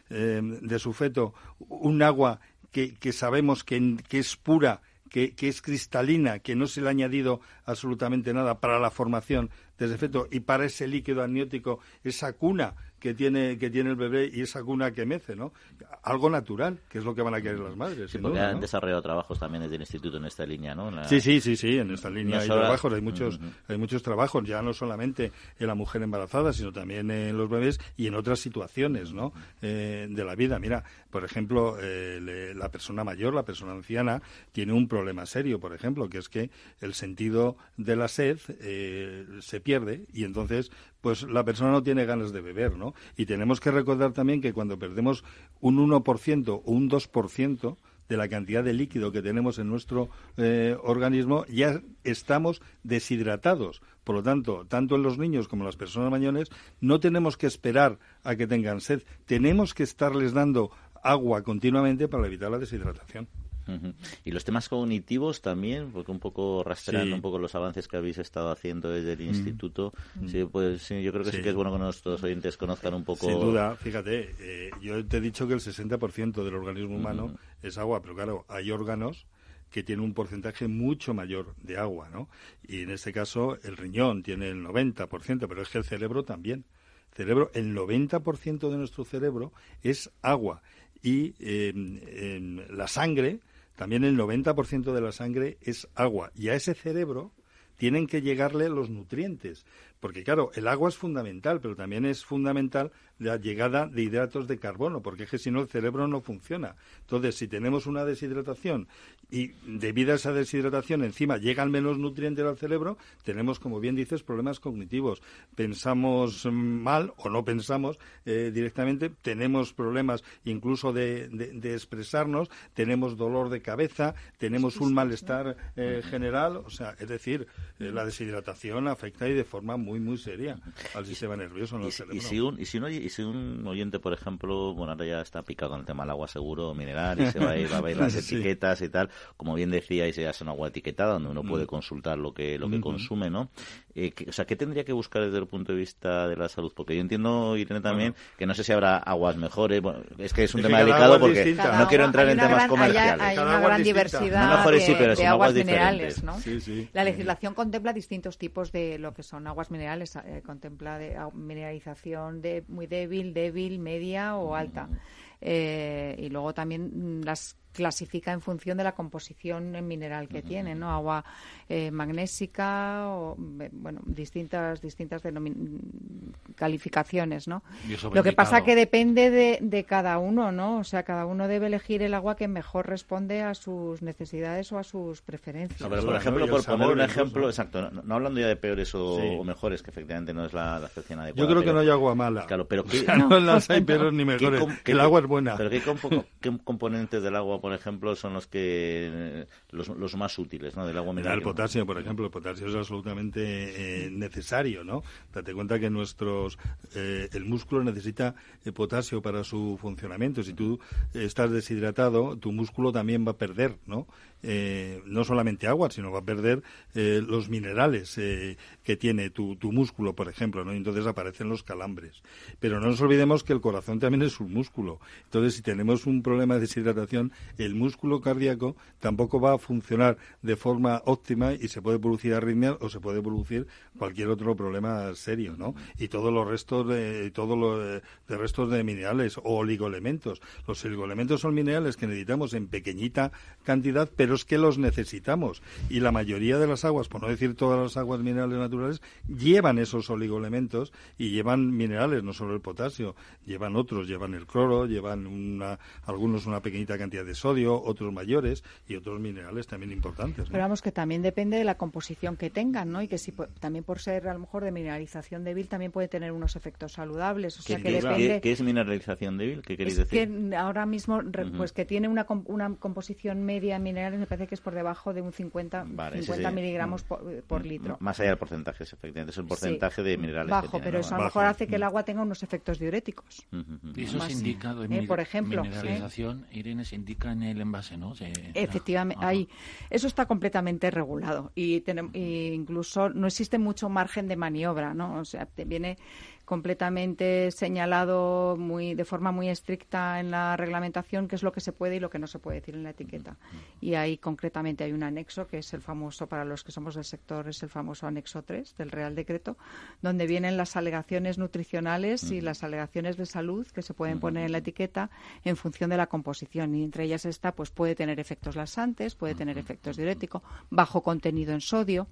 de su feto, un agua que sabemos que es pura, que es cristalina, que no se le ha añadido absolutamente nada para la formación de ese feto y para ese líquido amniótico, esa cuna que tiene el bebé y esa cuna que mece, ¿no? Algo natural, que es lo que van a querer las madres. Sí, porque duda, han desarrollado trabajos también desde el instituto en esta línea, ¿no? Sí, en esta línea hay trabajos, hay muchos trabajos, ya no solamente en la mujer embarazada, sino también en los bebés y en otras situaciones, ¿no? De la vida. Mira, por ejemplo, la persona mayor, la persona anciana, tiene un problema serio, por ejemplo, que es que el sentido de la sed se pierde, y entonces pues la persona no tiene ganas de beber, ¿no? Y tenemos que recordar también que cuando perdemos un 1% o un 2% de la cantidad de líquido que tenemos en nuestro organismo, ya estamos deshidratados. Por lo tanto, tanto en los niños como en las personas mayores, no tenemos que esperar a que tengan sed. Tenemos que estarles dando agua continuamente para evitar la deshidratación. Y los temas cognitivos también, porque un poco rastreando un poco los avances que habéis estado haciendo desde el instituto, sí, pues sí, yo creo que sí que es bueno que nuestros oyentes conozcan un poco. Sin duda, fíjate, yo te he dicho que el 60% del organismo humano es agua, pero claro, hay órganos que tienen un porcentaje mucho mayor de agua, ¿no? Y en este caso el riñón tiene el 90%, pero es que el cerebro también. El 90% de nuestro cerebro es agua, y en la sangre también el 90% de la sangre es agua, y a ese cerebro tienen que llegarle los nutrientes, porque claro, el agua es fundamental, pero también es fundamental la llegada de hidratos de carbono, porque es que si no el cerebro no funciona. Entonces, si tenemos una deshidratación y debido a esa deshidratación encima llegan menos nutrientes al cerebro, tenemos, como bien dices, problemas cognitivos. Pensamos mal o no pensamos directamente, tenemos problemas incluso de expresarnos, tenemos dolor de cabeza, tenemos un malestar general, o sea, es decir, la deshidratación afecta y de forma muy seria al sistema nervioso en el cerebro. Y si un oyente, por ejemplo, bueno, ahora ya está picado con el tema del agua seguro, mineral, y va a ver las etiquetas y tal, como bien decíais, ya es un agua etiquetada donde uno puede consultar lo que consume, ¿no? ¿Qué tendría que buscar desde el punto de vista de la salud? Porque yo entiendo, Irene, también, que no sé si habrá aguas mejores. Bueno, es que es un tema delicado porque no quiero entrar en temas comerciales. Hay una gran diversidad de aguas minerales, ¿no? Sí. La legislación contempla distintos tipos de lo que son aguas minerales. Contempla mineralización muy débil, media o alta. Y luego también las clasifica en función de la composición mineral que tiene, ¿no? Agua magnésica o, bueno, distintas calificaciones, ¿no? Lo que pasa que depende de cada uno, ¿no? O sea, cada uno debe elegir el agua que mejor responde a sus necesidades o a sus preferencias. No, pero por ejemplo, por poner un ejemplo, exacto, no hablando ya de peores o mejores, que efectivamente no es la acepción adecuada. Yo creo que no hay agua mala. Claro, pero no las hay peores ni mejores. El agua es buena. Pero ¿qué componentes del agua, por ejemplo, son los más útiles, ¿no? Del agua mineral? El potasio, por ejemplo, el potasio es absolutamente necesario, ¿no? Date cuenta que el músculo necesita potasio para su funcionamiento. Si tú estás deshidratado, tu músculo también va a perder, ¿no? No solamente agua, sino va a perder los minerales que tiene tu músculo, por ejemplo, ¿no? Y entonces aparecen los calambres. Pero no nos olvidemos que el corazón también es un músculo. Entonces, si tenemos un problema de deshidratación, el músculo cardíaco tampoco va a funcionar de forma óptima y se puede producir arritmia o se puede producir cualquier otro problema serio, ¿no? Y todos los restos de minerales o oligoelementos. Los oligoelementos son minerales que necesitamos en pequeñita cantidad, pero es que los necesitamos. Y la mayoría de las aguas, por no decir todas las aguas minerales naturales, llevan esos oligoelementos y llevan minerales, no solo el potasio, llevan otros, llevan el cloro, llevan llevan algunos una pequeñita cantidad de sodio, otros mayores y otros minerales también importantes, ¿no? Pero vamos, que también depende de la composición que tengan, ¿no? Y que si también por ser a lo mejor de mineralización débil también puede tener unos efectos saludables. O sea, que depende. ¿Qué es mineralización débil? ¿Qué queréis decir? Que ahora mismo, pues que tiene una composición media en minerales, me parece que es por debajo de un 50 miligramos por litro. Más allá del porcentaje, efectivamente, es el porcentaje de minerales bajo, que tiene, pero ¿no? eso a lo mejor hace que el agua tenga unos efectos diuréticos. Y eso se indica, por ejemplo, mineralización, Irene, se indica en el envase, ¿no? Efectivamente, eso está completamente regulado y incluso no existe mucho margen de maniobra, ¿no? O sea, te viene completamente señalado de forma muy estricta en la reglamentación qué es lo que se puede y lo que no se puede decir en la etiqueta. Y ahí concretamente hay un anexo que es el famoso, para los que somos del sector, es el famoso anexo 3 del Real Decreto, donde vienen las alegaciones nutricionales y las alegaciones de salud que se pueden poner en la etiqueta en función de la composición. Y entre ellas está, pues puede tener efectos laxantes, puede tener efectos diuréticos, bajo contenido en sodio,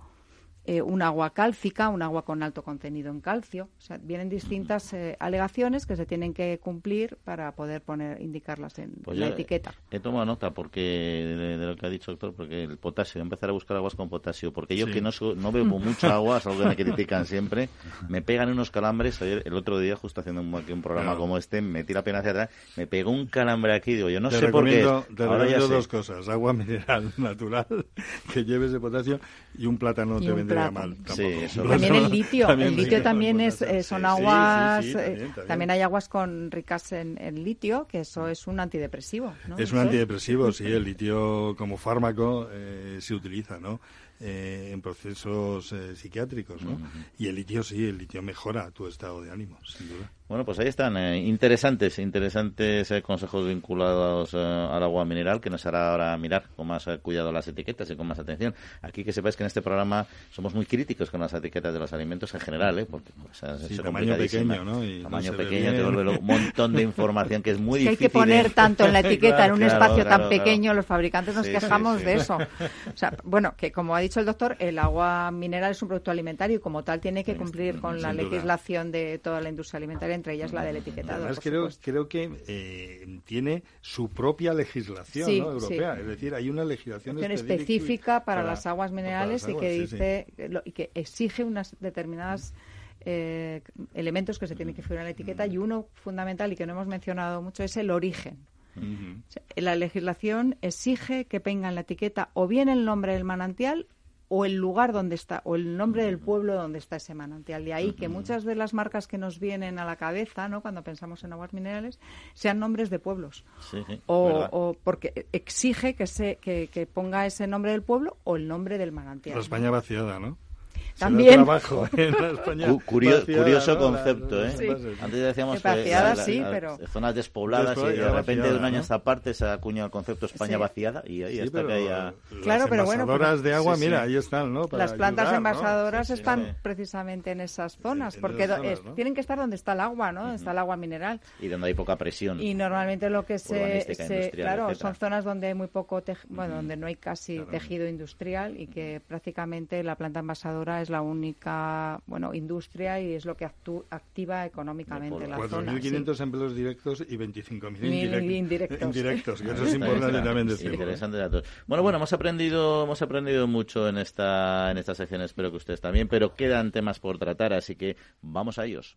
un agua cálcica, un agua con alto contenido en calcio. O sea, vienen distintas alegaciones que se tienen que cumplir para poder indicarlas en la etiqueta. He tomado nota porque de lo que ha dicho el doctor, porque el potasio, empezar a buscar aguas con potasio, porque yo que no bebo mucha agua, es algo que me critican siempre, me pegan unos calambres. Ayer, el otro día, justo haciendo un programa como este, metí la pena hacia atrás, me pegó un calambre aquí, digo, yo no sé por qué. Te recomiendo dos cosas: agua mineral natural que lleve ese potasio y un plátano te vendría mal. Sí, también el litio. El litio también son aguas. También hay aguas ricas en litio, que eso es un antidepresivo, ¿no? Es un antidepresivo, sí. El litio como fármaco se utiliza, ¿no? En procesos psiquiátricos, ¿no? Y el litio mejora tu estado de ánimo, sin duda. Bueno, pues ahí están interesantes consejos vinculados al agua mineral que nos hará ahora mirar con más cuidado las etiquetas y con más atención. Aquí que sepáis que en este programa somos muy críticos con las etiquetas de los alimentos en general, porque tamaño pequeño, ¿no? Y tamaño pequeño, te vuelve un montón de información que es muy difícil. Hay que poner tanto en la etiqueta en un espacio tan pequeño, los fabricantes nos quejamos de eso. O sea, bueno, que como ha dicho el doctor, el agua mineral es un producto alimentario y como tal tiene que cumplir con la legislación de toda la industria alimentaria, entre ellas la del etiquetado. Además, creo que tiene su propia legislación, ¿no? Europea. Sí. Es decir, hay una legislación específica para las aguas minerales y que dice y que exige unas determinadas elementos que se tienen que figurar en la etiqueta, y uno fundamental y que no hemos mencionado mucho es el origen. O sea, la legislación exige que venga en la etiqueta o bien el nombre del manantial o el lugar donde está, o el nombre del pueblo donde está ese manantial. De ahí que muchas de las marcas que nos vienen a la cabeza, ¿no?, cuando pensamos en aguas minerales, sean nombres de pueblos. O porque exige que ponga ese nombre del pueblo o el nombre del manantial. La España vaciada, ¿no? También. Curioso concepto, ¿eh? Sí. Antes decíamos pero zonas despobladas y de repente de un año a esta parte se acuña el concepto España vaciada y ahí está que haya... Claro, pero bueno, envasadoras de agua, mira, ahí están, ¿no? Para las plantas envasadoras están precisamente en esas zonas, porque tienen que estar donde está el agua, ¿no? Donde está el agua mineral. Y donde hay poca presión. Y normalmente lo que son zonas donde hay muy poco, donde no hay casi tejido industrial y que prácticamente la planta envasadora es la única industria y es lo que activa económicamente la zona. 4.500 empleos directos y 25.000 indirectos. Que eso es importante también decirlo. Interesantes datos. Bueno, hemos aprendido mucho en esta sección, espero que ustedes también, pero quedan temas por tratar, así que vamos a ellos.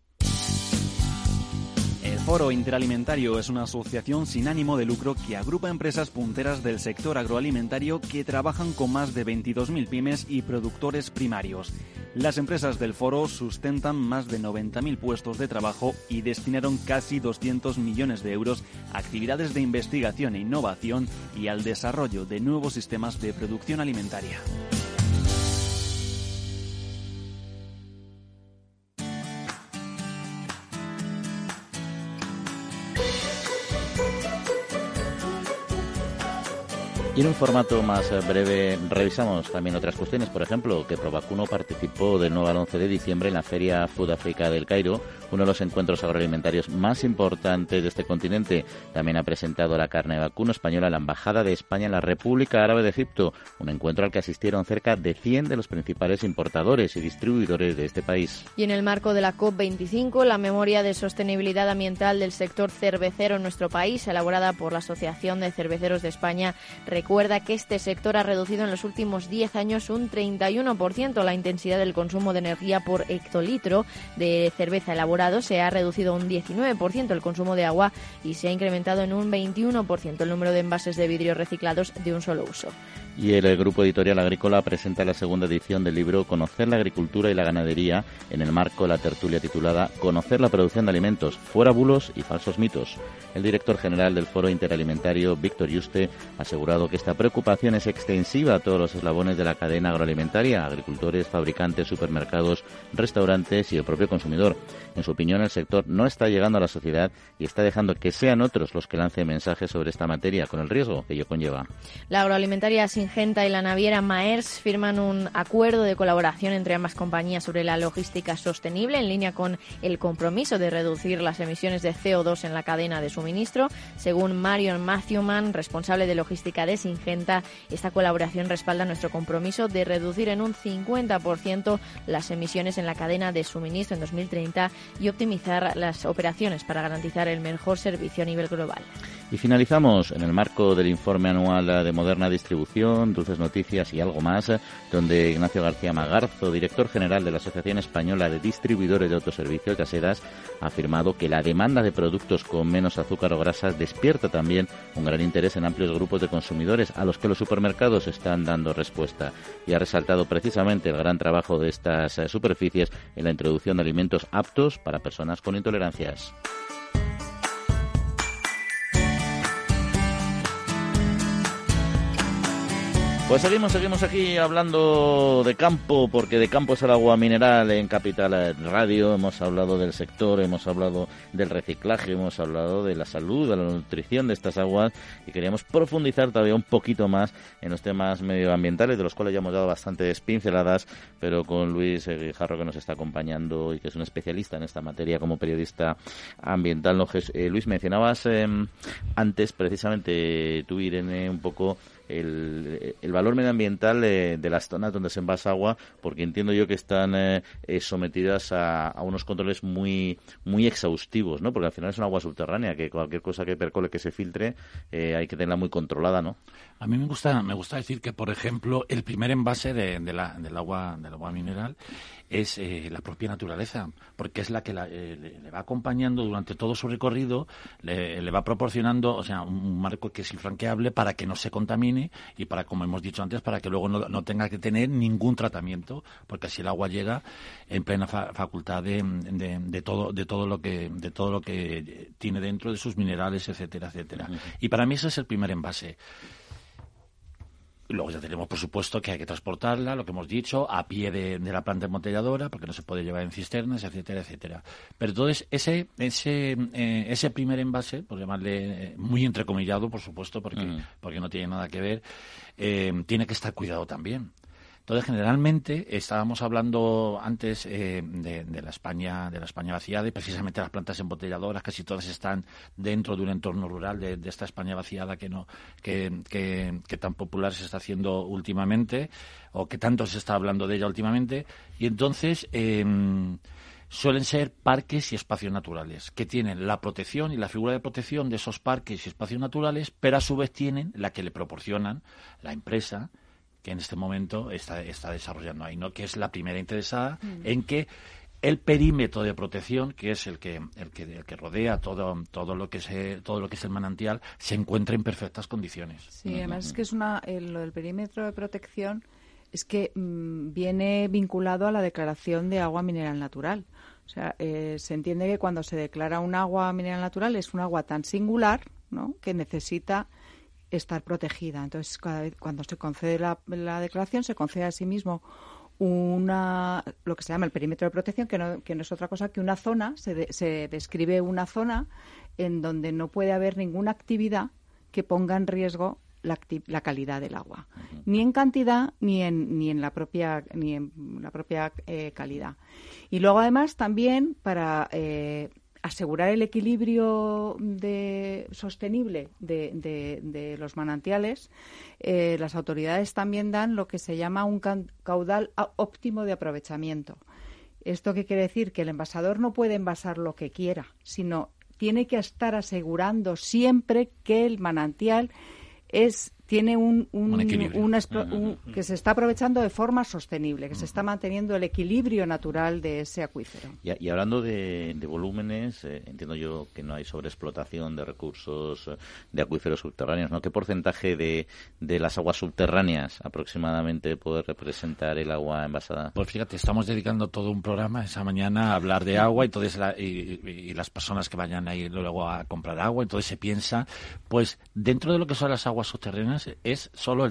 El Foro Interalimentario es una asociación sin ánimo de lucro que agrupa empresas punteras del sector agroalimentario que trabajan con más de 22.000 pymes y productores primarios. Las empresas del foro sustentan más de 90.000 puestos de trabajo y destinaron casi 200 millones de euros a actividades de investigación e innovación y al desarrollo de nuevos sistemas de producción alimentaria. Y en un formato más breve revisamos también otras cuestiones. Por ejemplo, que Provacuno participó del 9 al 11 de diciembre en la Feria Food Africa del Cairo, uno de los encuentros agroalimentarios más importantes de este continente. También ha presentado la carne de vacuno española a la Embajada de España en la República Árabe de Egipto, un encuentro al que asistieron cerca de 100 de los principales importadores y distribuidores de este país. Y en el marco de la COP25, la memoria de sostenibilidad ambiental del sector cervecero en nuestro país, elaborada por la Asociación de Cerveceros de España, recuerda que este sector ha reducido en los últimos 10 años un 31% la intensidad del consumo de energía por hectolitro de cerveza elaborado, se ha reducido un 19% el consumo de agua y se ha incrementado en un 21% el número de envases de vidrio reciclados de un solo uso. Y el Grupo Editorial Agrícola presenta la segunda edición del libro Conocer la agricultura y la ganadería en el marco de la tertulia titulada Conocer la producción de alimentos, fuera bulos y falsos mitos. El director general del Foro Interalimentario, Víctor Yuste, ha asegurado que esta preocupación es extensiva a todos los eslabones de la cadena agroalimentaria, agricultores, fabricantes, supermercados, restaurantes y el propio consumidor. En su opinión, el sector no está llegando a la sociedad y está dejando que sean otros los que lancen mensajes sobre esta materia, con el riesgo que ello conlleva. La agroalimentaria Singenta y la naviera Maersk firman un acuerdo de colaboración entre ambas compañías sobre la logística sostenible, en línea con el compromiso de reducir las emisiones de CO2 en la cadena de suministro. Según Marion Matthewman, responsable de logística de Singenta, esta colaboración respalda nuestro compromiso de reducir en un 50% las emisiones en la cadena de suministro en 2030 y optimizar las operaciones para garantizar el mejor servicio a nivel global. Y finalizamos en el marco del informe anual de Moderna Distribución, Dulces Noticias y algo más, donde Ignacio García Magarzo, director general de la Asociación Española de Distribuidores de Autoservicio, Casedas, ha afirmado que la demanda de productos con menos azúcar o grasas despierta también un gran interés en amplios grupos de consumidores a los que los supermercados están dando respuesta. Y ha resaltado precisamente el gran trabajo de estas superficies en la introducción de alimentos aptos para personas con intolerancias. Pues seguimos aquí hablando de campo, porque de campo es el agua mineral en Capital Radio. Hemos hablado del sector, hemos hablado del reciclaje, hemos hablado de la salud, de la nutrición de estas aguas y queríamos profundizar todavía un poquito más en los temas medioambientales, de los cuales ya hemos dado bastantes pinceladas, pero con Luis Guijarro, que nos está acompañando y que es un especialista en esta materia como periodista ambiental. ¿No? Luis, mencionabas antes precisamente tú, Irene, un poco el valor medioambiental de las zonas donde se envasa agua, porque entiendo yo que están sometidas a unos controles muy exhaustivos, ¿no? Porque al final es un agua subterránea, que cualquier cosa que percole, que se filtre, hay que tenerla muy controlada, ¿no? A mí me gusta decir que, por ejemplo, el primer envase del agua mineral es la propia naturaleza, porque es la que le va acompañando durante todo su recorrido, le va proporcionando, o sea, un marco que es infranqueable para que no se contamine y para, como hemos dicho antes, para que luego no tenga que tener ningún tratamiento, porque así el agua llega en plena facultad de todo lo que tiene dentro de sus minerales, etcétera, etcétera. Uh-huh. Y para mí ese es el primer envase. Luego ya tenemos, por supuesto, que hay que transportarla, lo que hemos dicho, a pie de la planta embotelladora, porque no se puede llevar en cisternas, etcétera, etcétera. Pero entonces ese primer envase, por llamarle muy entrecomillado, por supuesto, porque no tiene nada que ver, tiene que estar cuidado también. Entonces, generalmente, estábamos hablando antes de la España vaciada, y precisamente las plantas embotelladoras casi todas están dentro de un entorno rural de esta España vaciada que tan popular se está haciendo últimamente, o que tanto se está hablando de ella últimamente, y entonces suelen ser parques y espacios naturales, que tienen la protección y la figura de protección de esos parques y espacios naturales, pero a su vez tienen la que le proporcionan la empresa que en este momento está desarrollando ahí, ¿no? Que es la primera interesada en que el perímetro de protección, que es el que rodea todo lo que es el manantial, se encuentre en perfectas condiciones. Sí, además es que es lo del perímetro de protección es que viene vinculado a la declaración de agua mineral natural. O sea, se entiende que cuando se declara un agua mineral natural es un agua tan singular, ¿no?, que necesita estar protegida. Entonces, cuando se concede la declaración, se concede a sí mismo lo que se llama el perímetro de protección, que no es otra cosa que una zona, se describe una zona en donde no puede haber ninguna actividad que ponga en riesgo la calidad del agua, ni en cantidad ni en la propia calidad. Y luego además también para asegurar el equilibrio sostenible de los manantiales, las autoridades también dan lo que se llama un caudal óptimo de aprovechamiento. ¿Esto qué quiere decir? Que el envasador no puede envasar lo que quiera, sino tiene que estar asegurando siempre que el manantial tiene que se está aprovechando de forma sostenible, que se está manteniendo el equilibrio natural de ese acuífero. Y hablando de volúmenes, entiendo yo que no hay sobreexplotación de recursos de acuíferos subterráneos, ¿no? ¿Qué porcentaje de las aguas subterráneas aproximadamente puede representar el agua envasada? Pues fíjate, estamos dedicando todo un programa esa mañana a hablar de agua, y entonces y las personas que vayan a ir luego a comprar agua, entonces se piensa, pues dentro de lo que son las aguas subterráneas es solo el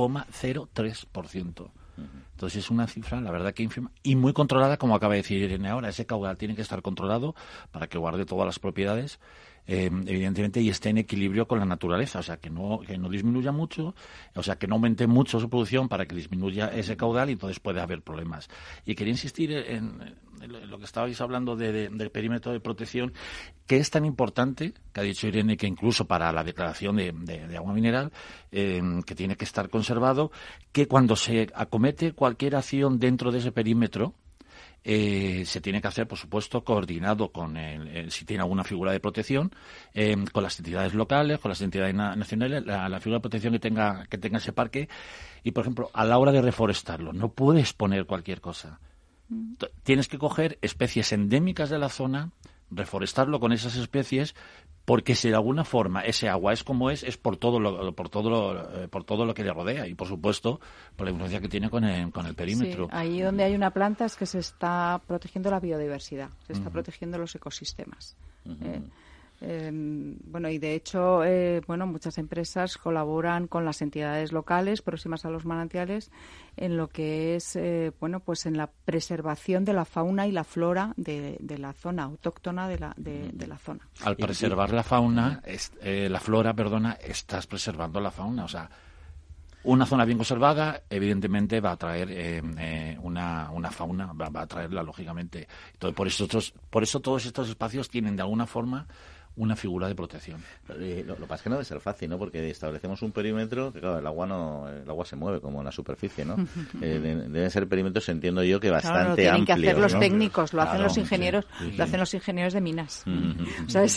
0,03%. Entonces es una cifra, la verdad, que ínfima y muy controlada, como acaba de decir Irene ahora. Ese caudal tiene que estar controlado para que guarde todas las propiedades, evidentemente, y esté en equilibrio con la naturaleza, o sea, que no disminuya mucho, o sea, que no aumente mucho su producción para que disminuya ese caudal, y entonces puede haber problemas. Y quería insistir en lo que estabais hablando del perímetro de protección, que es tan importante, que ha dicho Irene, que incluso para la declaración de agua mineral, que tiene que estar conservado, que cuando se acomete cualquier acción dentro de ese perímetro, se tiene que hacer, por supuesto, coordinado con si tiene alguna figura de protección, con las entidades locales, con las entidades nacionales, la figura de protección que tenga ese parque. Y, por ejemplo, a la hora de reforestarlo, no puedes poner cualquier cosa. Tienes que coger especies endémicas de la zona, reforestarlo con esas especies, porque si de alguna forma ese agua es como es por todo lo que le rodea, y por supuesto por la influencia que tiene con el perímetro. Sí, ahí donde hay una planta es que se está protegiendo la biodiversidad, se está protegiendo los ecosistemas. Y de hecho, muchas empresas colaboran con las entidades locales próximas a los manantiales en lo que es, en la preservación de la fauna y la flora de la zona autóctona de la zona. Al preservar la fauna, la flora, estás preservando la fauna, o sea, una zona bien conservada, evidentemente, va a traer una fauna, va a traerla, lógicamente. Entonces, por eso todos estos espacios tienen, de alguna forma, una figura de protección. Lo que pasa es que no debe ser fácil, ¿no? Porque establecemos un perímetro que, claro, el agua se mueve como en la superficie, ¿no? Deben ser perímetros, entiendo yo, que bastante amplios. Tienen que hacer los técnicos, lo hacen los ingenieros, sí. Lo hacen los ingenieros de minas. O sea,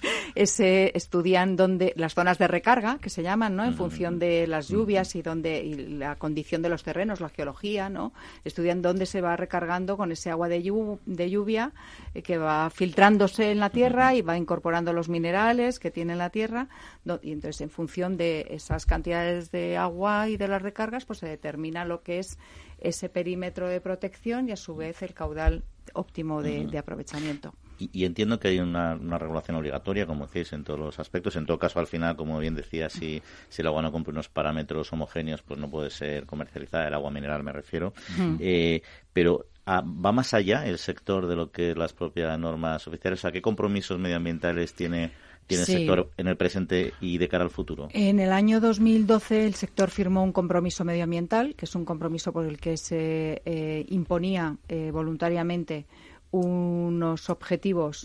estudian las zonas de recarga, que se llaman, ¿no? En función de las lluvias y la condición de los terrenos, la geología, ¿no? Estudian dónde se va recargando con ese agua de lluvia que va filtrándose en la tierra y va incorporando los minerales que tiene la tierra, y entonces en función de esas cantidades de agua y de las recargas, pues se determina lo que es ese perímetro de protección y a su vez el caudal óptimo de aprovechamiento. Y entiendo que hay una regulación obligatoria, como decís, en todos los aspectos. En todo caso, al final, como bien decía, si el agua no cumple unos parámetros homogéneos, pues no puede ser comercializada, el agua mineral me refiero. Pero va más allá el sector de lo que las propias normas oficiales. O sea, ¿qué compromisos medioambientales tiene el sector en el presente y de cara al futuro? En el año 2012 el sector firmó un compromiso medioambiental, que es un compromiso por el que se imponía voluntariamente unos objetivos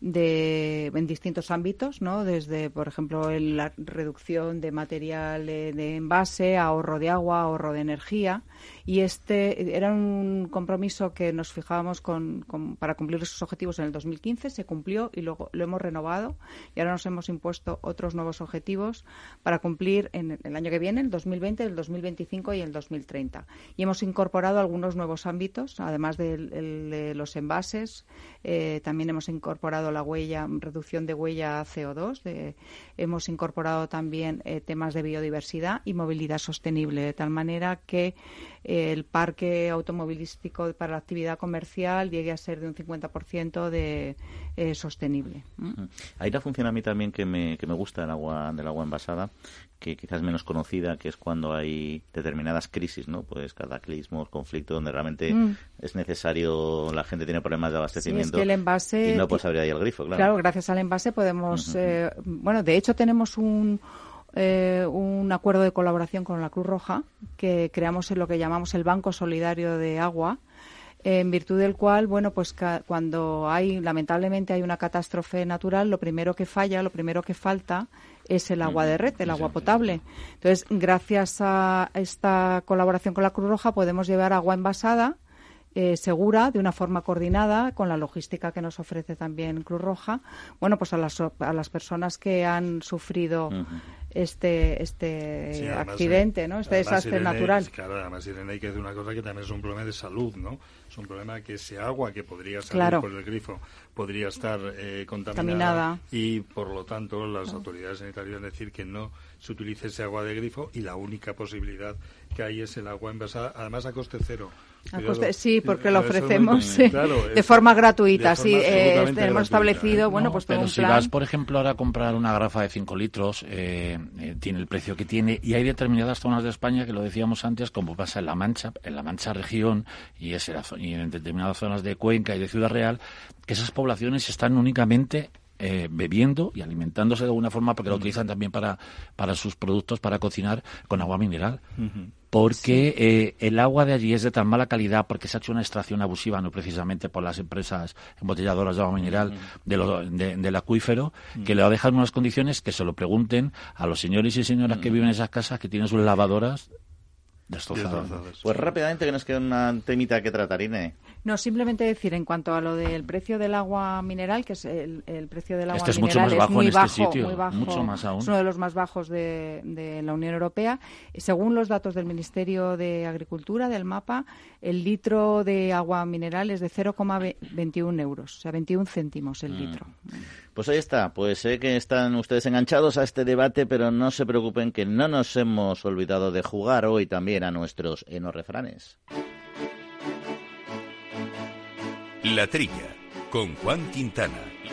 en distintos ámbitos, ¿no? Desde, por ejemplo, la reducción de material de envase, ahorro de agua, ahorro de energía. Y era un compromiso que nos fijábamos para cumplir esos objetivos en el 2015, se cumplió y luego lo hemos renovado y ahora nos hemos impuesto otros nuevos objetivos para cumplir en el año que viene, el 2020, el 2025 y el 2030. Y hemos incorporado algunos nuevos ámbitos, además de los envases, también hemos incorporado la reducción de huella CO2, hemos incorporado también temas de biodiversidad y movilidad sostenible, de tal manera que el parque automovilístico para la actividad comercial llegue a ser de un 50% sostenible. Hay una función a mí también que me gusta del agua envasada, que quizás es menos conocida, que es cuando hay determinadas crisis, ¿no? Pues cataclismos, conflictos, donde realmente es necesario, la gente tiene problemas de abastecimiento, sí, es que el envase, y no puedes abrir ahí el grifo, claro. Claro, gracias al envase podemos... de hecho tenemos un acuerdo de colaboración con la Cruz Roja, que creamos en lo que llamamos el Banco Solidario de Agua, en virtud del cual, bueno, pues cuando lamentablemente hay una catástrofe natural, lo primero que falta es el agua de red, el agua potable. Entonces, gracias a esta colaboración con la Cruz Roja podemos llevar agua envasada, segura, de una forma coordinada, con la logística que nos ofrece también Cruz Roja, bueno, pues a las personas que han sufrido este accidente, ¿no? Este desastre natural. Claro, además, Irene, hay que decir una cosa que también es un problema de salud, ¿no? Es un problema que ese agua que podría salir por el grifo podría estar contaminada y, por lo tanto, las autoridades sanitarias decir que no se utilice ese agua de grifo y la única posibilidad que hay es el agua envasada, además a coste cero. Sí, porque lo ofrecemos de forma gratuita. Sí, hemos establecido, bueno, pues todo un plan. Si vas, por ejemplo, ahora a comprar una garrafa de 5 litros, tiene el precio que tiene, y hay determinadas zonas de España, que lo decíamos antes, como pasa en La Mancha región, y en determinadas zonas de Cuenca y de Ciudad Real, que esas poblaciones están únicamente bebiendo y alimentándose de alguna forma, porque lo utilizan también para sus productos, para cocinar, con agua mineral. Porque el agua de allí es de tan mala calidad, porque se ha hecho una extracción abusiva, no precisamente por las empresas embotelladoras de agua mineral del acuífero, que le dejan unas condiciones que se lo pregunten a los señores y señoras que viven en esas casas, que tienen sus lavadoras destrozadas. Pues rápidamente, que nos queda una temita que tratar, Inés. No, simplemente decir, en cuanto a lo del precio del agua mineral, que es el precio del agua es mineral mucho más bajo es en este sitio, muy bajo, mucho más aún. Es uno de los más bajos de la Unión Europea. Según los datos del Ministerio de Agricultura, del MAPA, el litro de agua mineral es de 0,21 euros, o sea, 21 céntimos el litro. Pues ahí está, pues sé que están ustedes enganchados a este debate, pero no se preocupen, que no nos hemos olvidado de jugar hoy también a nuestros enorrefranes. La Trilla, con Juan Quintana.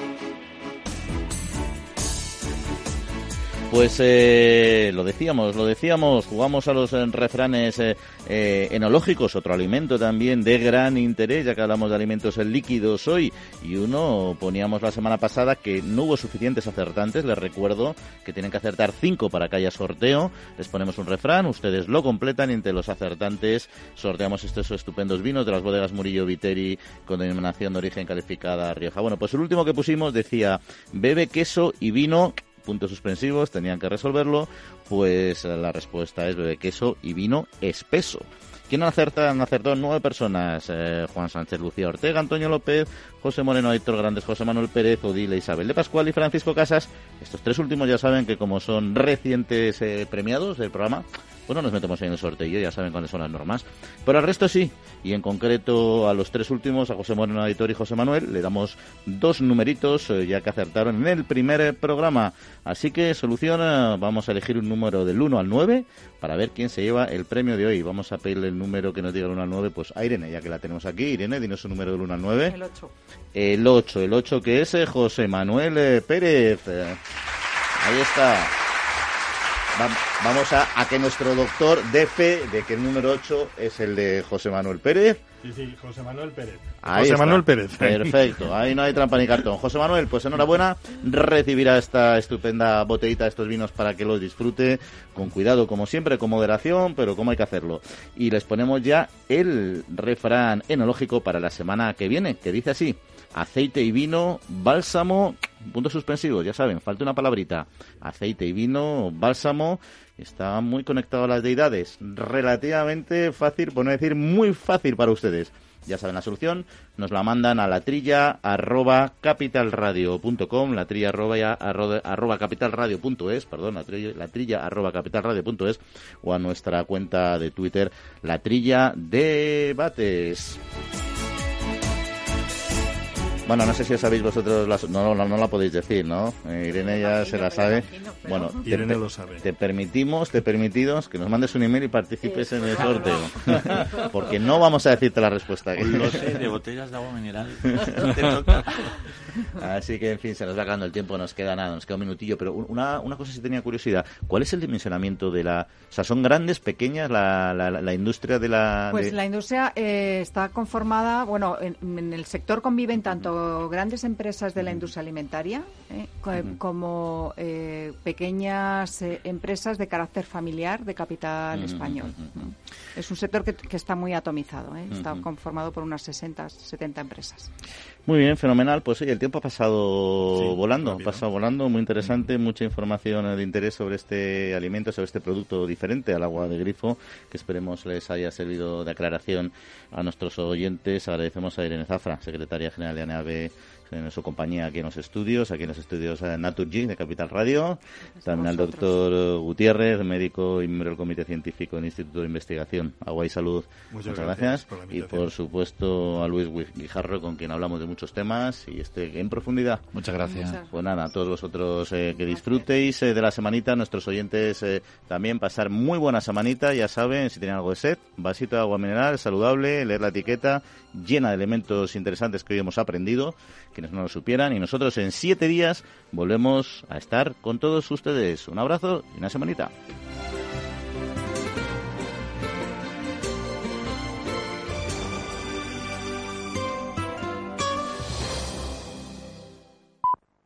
Pues lo decíamos, jugamos a los refranes enológicos, otro alimento también de gran interés, ya que hablamos de alimentos líquidos hoy, y uno poníamos la semana pasada que no hubo suficientes acertantes. Les recuerdo que tienen que acertar 5 para que haya sorteo. Les ponemos un refrán, ustedes lo completan y entre los acertantes sorteamos estos estupendos vinos de las bodegas Murillo Viteri con denominación de origen calificada Rioja. Bueno, pues el último que pusimos decía: bebe queso y vino... puntos suspensivos, tenían que resolverlo. Pues la respuesta es bebe queso y vino espeso. ¿Quién acertó? Han acertado 9 personas. Juan Sánchez, Lucía Ortega, Antonio López, José Moreno, Héctor Grandes, José Manuel Pérez, Odile, Isabel de Pascual y Francisco Casas. Estos 3 últimos ya saben que, como son recientes premiados del programa, pues no nos metemos en el sorteo, ya saben cuáles son las normas. Pero al resto sí, y en concreto a los 3 últimos, a José Moreno, Editor, y José Manuel, le damos 2 numeritos, ya que acertaron en el primer programa. Así que solución, vamos a elegir un número del 1 al 9 para ver quién se lleva el premio de hoy. Vamos a pedirle el número que nos diga el 1 al 9, pues a Irene, ya que la tenemos aquí. Irene, dinos un número del 1 al 9. El 8. El 8 que es José Manuel Pérez. Ahí está. Vamos a que nuestro doctor dé fe de que el número 8 es el de José Manuel Pérez. Sí, José Manuel Pérez. Manuel Pérez. Perfecto, ahí no hay trampa ni cartón. José Manuel, pues enhorabuena, recibirá esta estupenda botellita de estos vinos para que los disfrute con cuidado, como siempre, con moderación, pero como hay que hacerlo. Y les ponemos ya el refrán enológico para la semana que viene, que dice así: aceite y vino, bálsamo, puntos suspensivos, ya saben, falta una palabrita. Aceite y vino, bálsamo, está muy conectado a las deidades. Relativamente fácil, por no decir muy fácil para ustedes. Ya saben la solución, nos la mandan a latrilla@capitalradio.com, latrilla@capitalradio.es, perdón, latrilla@capitalradio.es, o a nuestra cuenta de Twitter, Latrilla Debates. Bueno, no sé si os sabéis vosotros, no la podéis decir, ¿no? Irene ya se la sabe. Bueno, Irene lo sabe. Te permitimos que nos mandes un email y participes en el sorteo. Porque no vamos a decirte la respuesta. Lo sé, de botellas de agua mineral. Así que, en fin, se nos va acabando el tiempo, nos queda un minutillo, pero una cosa sí tenía curiosidad. ¿Cuál es el dimensionamiento de la... O sea, ¿son grandes, pequeñas la industria de la... Pues la industria está conformada, bueno, en el sector conviven tanto tanto grandes empresas de la industria alimentaria como pequeñas empresas de carácter familiar de capital español. Es un sector que está muy atomizado, está conformado por unas 60, 70 empresas. Muy bien, fenomenal. Pues oye, el tiempo ha pasado volando, muy interesante, mucha información de interés sobre este alimento, sobre este producto diferente al agua de grifo, que esperemos les haya servido de aclaración a nuestros oyentes. Agradecemos a Irene Zafra, secretaria general de ANEAVE, en su compañía aquí en los estudios Naturgy de Capital Radio. También al doctor Gutiérrez, médico y miembro del Comité Científico del Instituto de Investigación Agua y Salud. Muchas gracias. Y por supuesto a Luis Guijarro, con quien hablamos de muchos temas y en profundidad. Muchas gracias. Pues nada, a todos vosotros que disfrutéis de la semanita, nuestros oyentes también pasar muy buena semanita, ya saben, si tienen algo de sed, vasito de agua mineral saludable, leer la etiqueta llena de elementos interesantes que hoy hemos aprendido, quienes no lo supieran, y nosotros en 7 días volvemos a estar con todos ustedes. Un abrazo y una semanita.